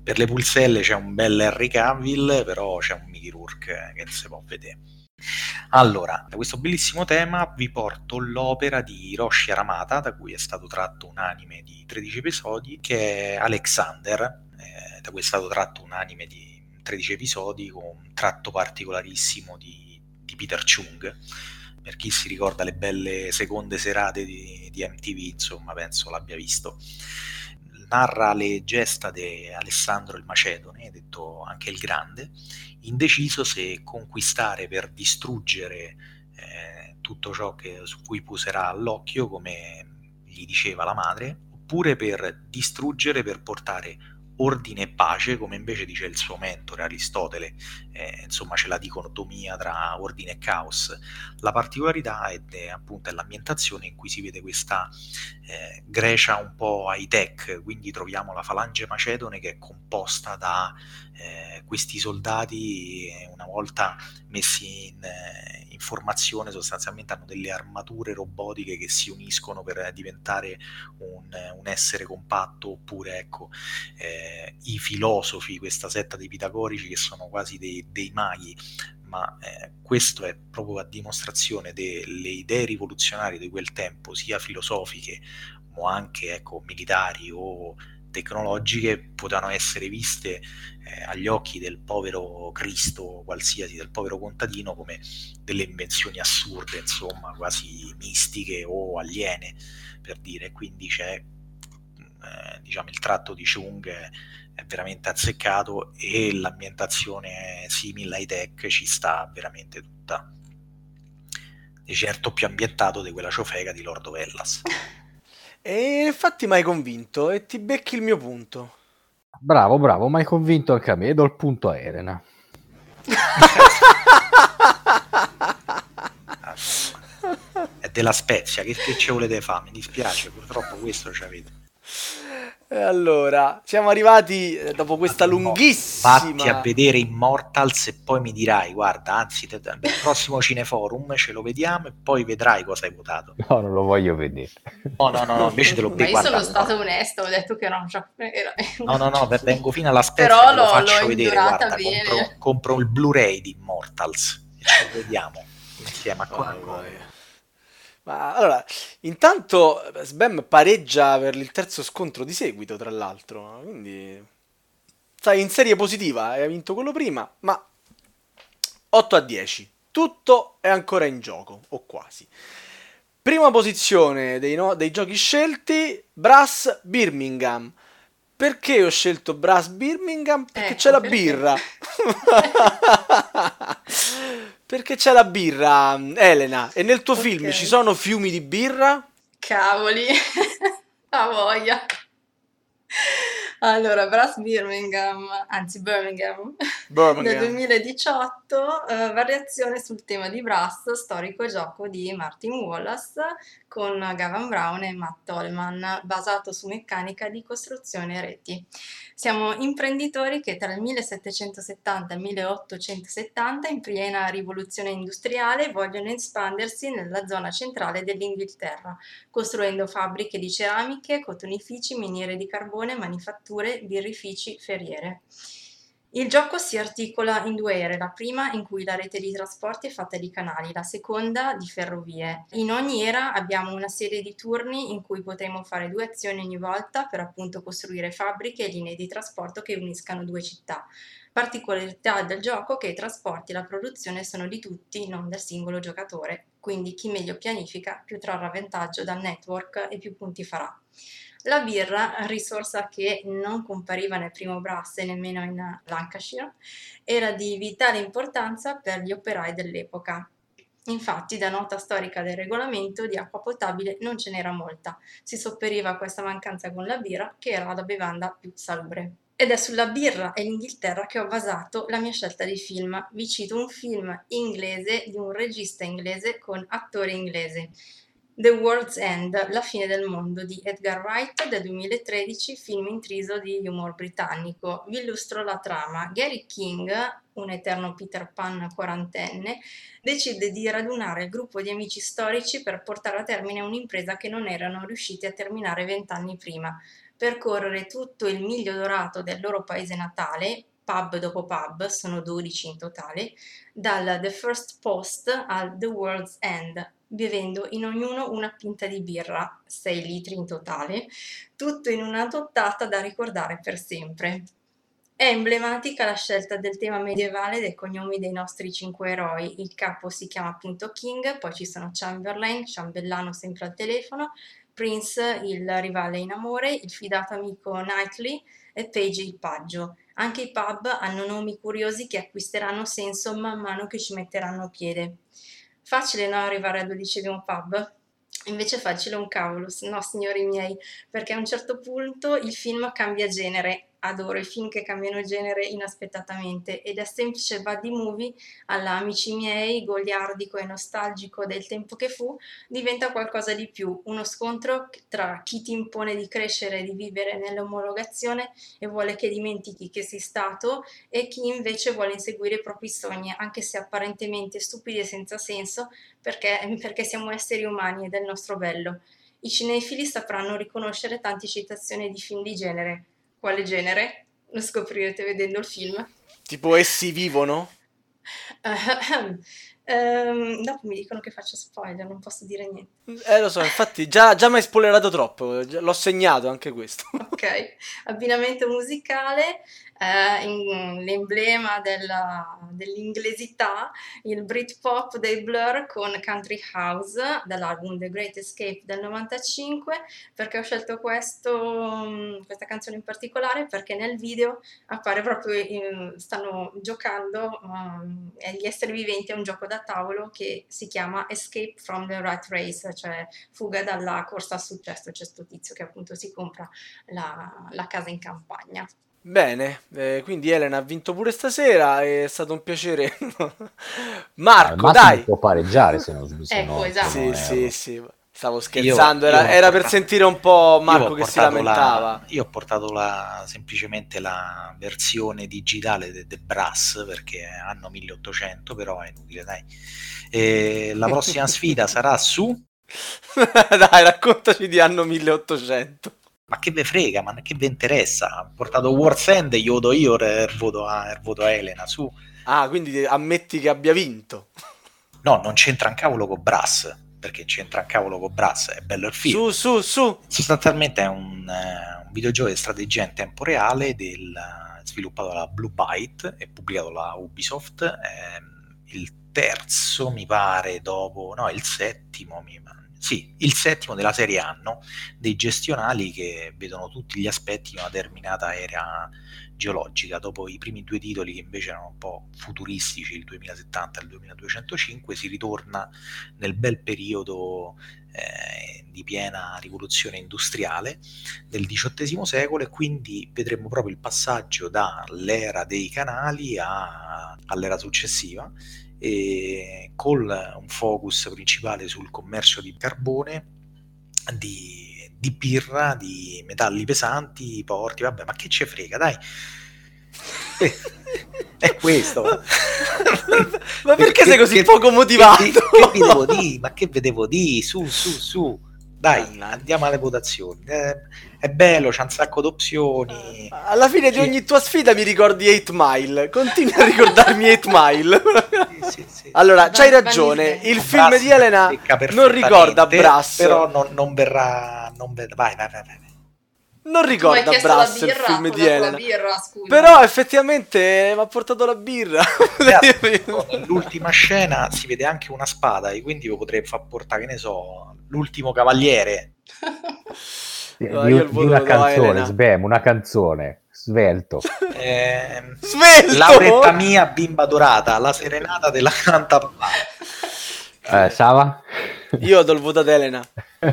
Per le pulselle c'è un bel Henry Cavill, però c'è un Mickey Rourke che non si può vedere. Allora, da questo bellissimo tema vi porto l'opera di Hiroshi Aramata, da cui è stato tratto un anime di 13 episodi, che è Alexander, da cui è stato tratto un anime di 13 episodi con un tratto particolarissimo di Peter Chung. Per chi si ricorda le belle seconde serate di MTV, insomma, penso l'abbia visto. Narra le gesta di Alessandro il Macedone, detto anche il Grande, indeciso se conquistare per distruggere tutto ciò su cui puserà l'occhio, come gli diceva la madre, oppure per distruggere per portare ordine e pace, come invece dice il suo mentore Aristotele. Insomma, c'è la dicotomia tra ordine e caos. La particolarità è appunto l'ambientazione in cui si vede questa Grecia un po' high tech, quindi troviamo la falange macedone che è composta da questi soldati, una volta messi in formazione, sostanzialmente hanno delle armature robotiche che si uniscono per diventare un essere compatto, oppure ecco i filosofi, questa setta dei pitagorici che sono quasi dei maghi, ma questo è proprio a dimostrazione delle idee rivoluzionarie di quel tempo, sia filosofiche ma anche ecco, militari o tecnologiche, potevano essere viste agli occhi del povero Cristo qualsiasi, del povero contadino, come delle invenzioni assurde, insomma, quasi mistiche o aliene, per dire. Quindi c'è diciamo il tratto di Chung è veramente azzeccato e l'ambientazione simile ai tech ci sta veramente tutta. Di certo più ambientato di quella ciofega di Lord of Hellas. E infatti mi hai convinto e ti becchi il mio punto. Bravo, mi hai convinto anche a me. Do il punto a Elena. È della Spezia, che ci volete fare? Mi dispiace, purtroppo questo ci avete. E allora, siamo arrivati dopo questa lunghissima... Vatti a vedere Immortals e poi mi dirai, guarda, anzi, nel prossimo Cineforum ce lo vediamo e poi vedrai cosa hai votato. No, non lo voglio vedere. No, invece te lo Ma io sono stato onesto, ho detto che era un gioco... No, vengo fino alla Spezia però e te lo faccio vedere, guarda, bene. compro il Blu-ray di Immortals e ce lo vediamo insieme a Coca-Cola. Ma allora, intanto Sbam pareggia per il terzo scontro di seguito, tra l'altro, quindi stai in serie positiva, hai vinto quello prima, ma 8-10, tutto è ancora in gioco, o quasi. Prima posizione dei giochi scelti, Brass Birmingham. Perché ho scelto Brass Birmingham? Perché c'è la birra. Perché c'è la birra, Elena. E nel tuo film ci sono fiumi di birra? Cavoli, a voglia. Allora, Brass Birmingham del 2018, variazione sul tema di Brass, storico gioco di Martin Wallace con Gavin Brown e Matt Tolman, basato su meccanica di costruzione a reti. Siamo imprenditori che tra il 1770 e il 1870, in piena rivoluzione industriale, vogliono espandersi nella zona centrale dell'Inghilterra, costruendo fabbriche di ceramiche, cotonifici, miniere di carbone, manifatture, birrifici, ferriere. Il gioco si articola in 2 ere, la prima in cui la rete di trasporti è fatta di canali, la seconda di ferrovie. In ogni era abbiamo una serie di turni in cui potremo fare 2 azioni ogni volta per appunto costruire fabbriche e linee di trasporto che uniscano 2 città. Particolarità del gioco è che i trasporti e la produzione sono di tutti, non del singolo giocatore, quindi chi meglio pianifica più trarrà vantaggio dal network e più punti farà. La birra, risorsa che non compariva nel primo Brass e nemmeno in Lancashire, era di vitale importanza per gli operai dell'epoca. Infatti, da nota storica del regolamento, di acqua potabile non ce n'era molta. Si sopperiva a questa mancanza con la birra, che era la bevanda più salubre. Ed è sulla birra e l'Inghilterra che ho basato la mia scelta di film. Vi cito un film inglese di un regista inglese con attori inglesi. The World's End, La fine del mondo di Edgar Wright del 2013, film intriso di humor britannico. Vi illustro la trama. Gary King, un eterno Peter Pan quarantenne, decide di radunare il gruppo di amici storici per portare a termine un'impresa che non erano riusciti a terminare 20 anni prima. percorrere tutto il miglio dorato del loro paese natale, pub dopo pub, sono 12 in totale, dal The First Post al The World's End, bevendo in ognuno una pinta di birra, 6 litri in totale, tutto in una nottata da ricordare per sempre. È emblematica la scelta del tema medievale dei cognomi dei nostri 5 eroi. Il capo si chiama appunto King, poi ci sono Chamberlain, ciambellano sempre al telefono, Prince, il rivale in amore, il fidato amico Knightley e Page il paggio. Anche i pub hanno nomi curiosi che acquisteranno senso man mano che ci metteranno piede. Facile, no, arrivare al 12° pub? Invece facile un cavolo, no signori miei, perché a un certo punto il film cambia genere. Adoro i film che cambiano genere inaspettatamente ed è semplice buddy movie alla Amici miei, goliardico e nostalgico del tempo che fu, diventa qualcosa di più, uno scontro tra chi ti impone di crescere e di vivere nell'omologazione e vuole che dimentichi che sei stato e chi invece vuole inseguire i propri sogni, anche se apparentemente stupidi e senza senso, perché siamo esseri umani ed è il nostro bello. I cinefili sapranno riconoscere tante citazioni di film di genere. Quale genere? Lo scoprirete vedendo il film. Tipo Essi vivono? Dopo mi dicono che faccio spoiler, non posso dire niente. Lo so, infatti già mi hai spoilerato troppo, l'ho segnato anche questo. Ok, abbinamento musicale, l'emblema dell'inglesità, il Britpop dei Blur con Country House dall'album The Great Escape del 95. Perché ho scelto questa canzone in particolare? Perché nel video appare proprio, stanno giocando gli esseri viventi a un gioco da tavolo che si chiama Escape from the Rat Race, cioè fuga dalla corsa al successo. C'è sto tizio che appunto si compra la casa in campagna. Bene, quindi Elena ha vinto pure stasera, è stato un piacere. Marco, dai! Può pareggiare se non Ecco, esatto. Sì, stavo scherzando, era per sentire un po' Marco che si lamentava. Io ho portato semplicemente la versione digitale del Brass, perché hanno 1800, però è inutile, dai. La prossima sfida sarà su... Dai, raccontaci di anno 1800. Ma che ve frega, ma che ve interessa? Ho portato World's End e glielo do io il voto a Elena, su. Ah, quindi ammetti che abbia vinto. No, non c'entra un cavolo con Brass, perché c'entra un cavolo con Brass, è bello il film. Su. Sostanzialmente è un videogioco di strategia in tempo reale sviluppato dalla Blue Byte e pubblicato da Ubisoft. Il terzo, mi pare, il settimo, il settimo della serie anno, dei gestionali che vedono tutti gli aspetti di una determinata era geologica. Dopo i primi 2 titoli che invece erano un po' futuristici, il 2070 e il 2205, si ritorna nel bel periodo di piena rivoluzione industriale del XVIII secolo, e quindi vedremo proprio il passaggio dall'era dei canali all'era successiva, e con un focus principale sul commercio di carbone, di birra, di metalli pesanti, porti, vabbè, ma che ce frega, dai. È questo. Ma perché sei così poco motivato? Che vi devo dire? Ma che vedevo di? Su. Dai, andiamo alle votazioni. È bello, c'è un sacco di opzioni. Alla fine di ogni tua sfida mi ricordi 8 Mile. Continui a ricordarmi 8 Mile. Sì. Allora, c'hai ragione. Il film di Elena non ricorda Brass. Però non verrà. Vai. Non ricorda Brass il film di Elena. Però effettivamente mi ha portato la birra. Nell'ultima scena si vede anche una spada, e quindi io potrei far portare, che ne so, l'ultimo cavaliere. Di una canzone, Sbem, una canzone. Svelto. Svelto! Lauretta mia, bimba dorata, la serenata della canta papà. Sava? Io do il voto ad Elena.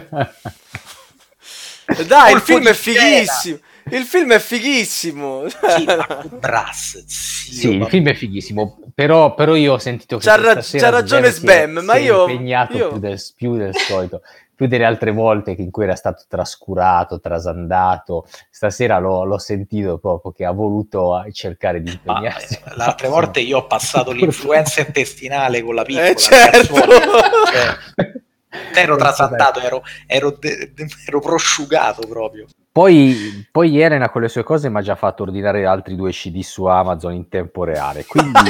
Dai, il film è fighissimo. Il film è fighissimo. Sì, ma Brass, sì, il film è fighissimo. Però io ho sentito che c'ha ragione Sbam, ma io impegnato più del solito, più delle altre volte in cui era stato trascurato, trasandato. Stasera l'ho sentito proprio che ha voluto cercare di impegnarsi. Le altre volte io ho passato l'influenza intestinale con la piccola. Certo. Ero trasandato, ero prosciugato proprio. Poi Elena con le sue cose mi ha già fatto ordinare altri 2 CD su Amazon in tempo reale,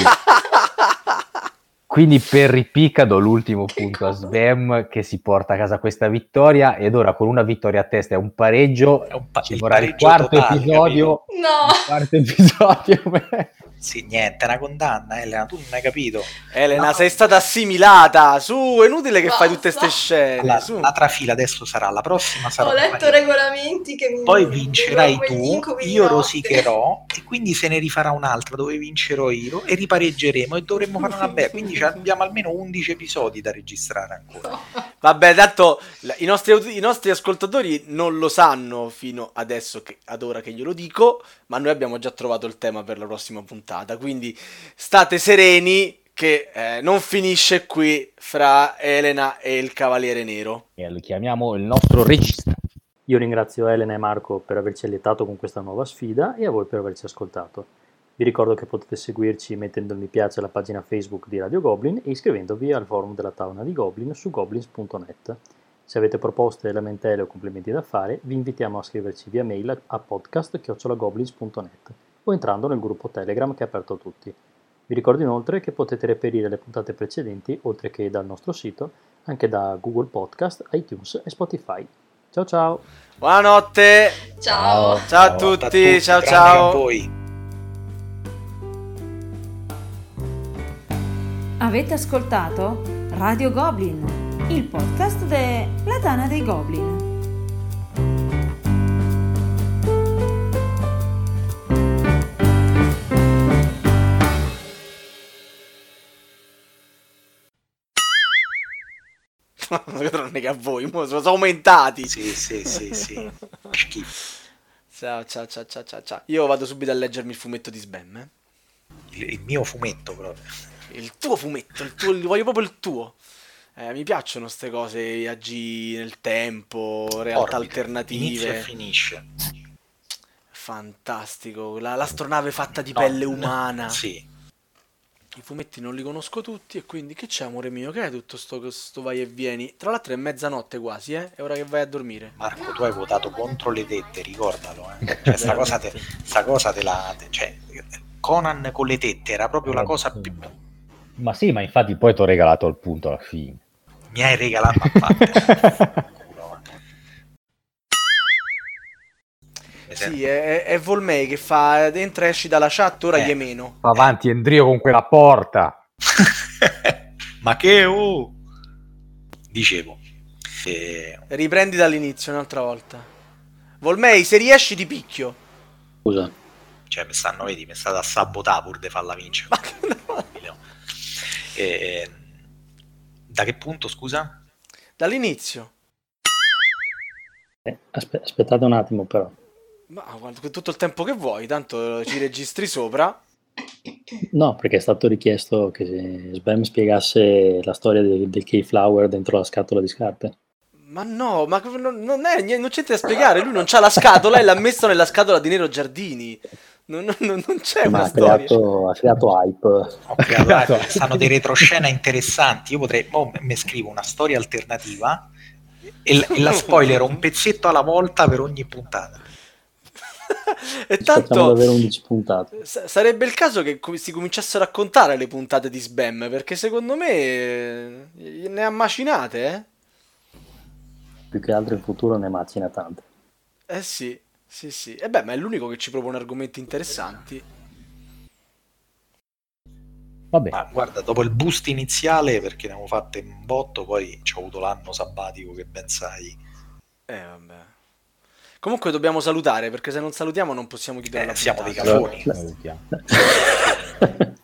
quindi per ripicca do l'ultimo punto a Sbam, che si porta a casa questa vittoria, ed ora con una vittoria a testa e un pareggio ci vorrà il quarto totale, episodio. No! Il quarto episodio. Sì, niente, è una condanna, Elena, tu non hai capito. Elena, sei stata assimilata. Su, è inutile che fai tutte queste scene. Allora, su. la trafila adesso sarà, la prossima sarà Ho letto regolamenti che mi poi vincerai come gli tu, incubi di io notte. rosicherò e quindi se ne rifarà un'altra dove vincerò io e ripareggeremo e dovremmo fare una bella, quindi abbiamo almeno 11 episodi da registrare ancora. Vabbè, tanto i nostri ascoltatori non lo sanno fino adesso, ad ora che glielo dico, ma noi abbiamo già trovato il tema per la prossima puntata, quindi state sereni che non finisce qui fra Elena e il Cavaliere Nero. E lo chiamiamo il nostro regista. Io ringrazio Elena e Marco per averci allietato con questa nuova sfida e a voi per averci ascoltato. Vi ricordo che potete seguirci mettendo il mi piace alla pagina Facebook di Radio Goblin e iscrivendovi al forum della Tavana di Goblin su goblins.net. Se avete proposte, lamentele o complimenti da fare, vi invitiamo a scriverci via mail a podcast@goblins.net o entrando nel gruppo Telegram che è aperto a tutti. Vi ricordo inoltre che potete reperire le puntate precedenti, oltre che dal nostro sito, anche da Google Podcast, iTunes e Spotify. Ciao ciao! Buonanotte! Ciao! Ciao a tutti, ciao tranne ciao! a voi. Avete ascoltato Radio Goblin, il podcast della Tana dei Goblin. Non è che a voi, sono aumentati. Sì. Schifo. Ciao. Io vado subito a leggermi il fumetto di Sbam. Il mio fumetto proprio. Il tuo fumetto, voglio proprio il tuo. Mi piacciono queste cose, viaggi nel tempo, realtà alternative. Inizia e finisce. Fantastico, l'astronave fatta di pelle umana. Sì. I fumetti non li conosco tutti e quindi che c'è, amore mio? Che è tutto sto vai e vieni? Tra l'altro è mezzanotte quasi, È ora che vai a dormire. Marco, tu hai votato contro le tette, ricordalo, Cioè, sta cosa te la... Cioè, Conan con le tette era proprio la cosa più... Ma sì, ma infatti poi ti ho regalato il punto alla fine. Mi hai regalato a parte. Sì, è Volmei che fa entra e esci dalla chat, ora gli è meno. Va avanti, Endrio, con quella porta. Ma che dicevo. Riprendi dall'inizio un'altra volta. Volmei, se riesci ti picchio. Scusa. Cioè, mi stanno a sabotare pur di farla vincere. Da che punto, scusa? Dall'inizio. Aspettate un attimo però. Ma guarda, tutto il tempo che vuoi, tanto ci registri sopra. No, perché è stato richiesto che Sbam spiegasse la storia del Keyflower dentro la scatola di scarpe. Ma no, ma non c'è da spiegare, lui non c'ha la scatola e l'ha messo nella scatola di Nero Giardini. Non c'è Ma una ha storia. creato hype. Ho creato, stanno dei retroscena interessanti. Io potrei, mi scrivo una storia alternativa e la spoilerò un pezzetto alla volta per ogni puntata. E Facciamo tanto davvero 11 puntate. sarebbe il caso che si cominciasse a raccontare le puntate di Sbam, perché secondo me ne ha macinate, Più che altro in futuro ne macina tante. sì. E beh, ma è l'unico che ci propone argomenti interessanti. Vabbè. Ma guarda, dopo il boost iniziale, perché ne avevo fatte un botto, poi ci ho avuto l'anno sabbatico che ben sai. Vabbè. Comunque dobbiamo salutare, perché se non salutiamo non possiamo chiudere la Siamo puntata. dei cafoni. Salutiamo.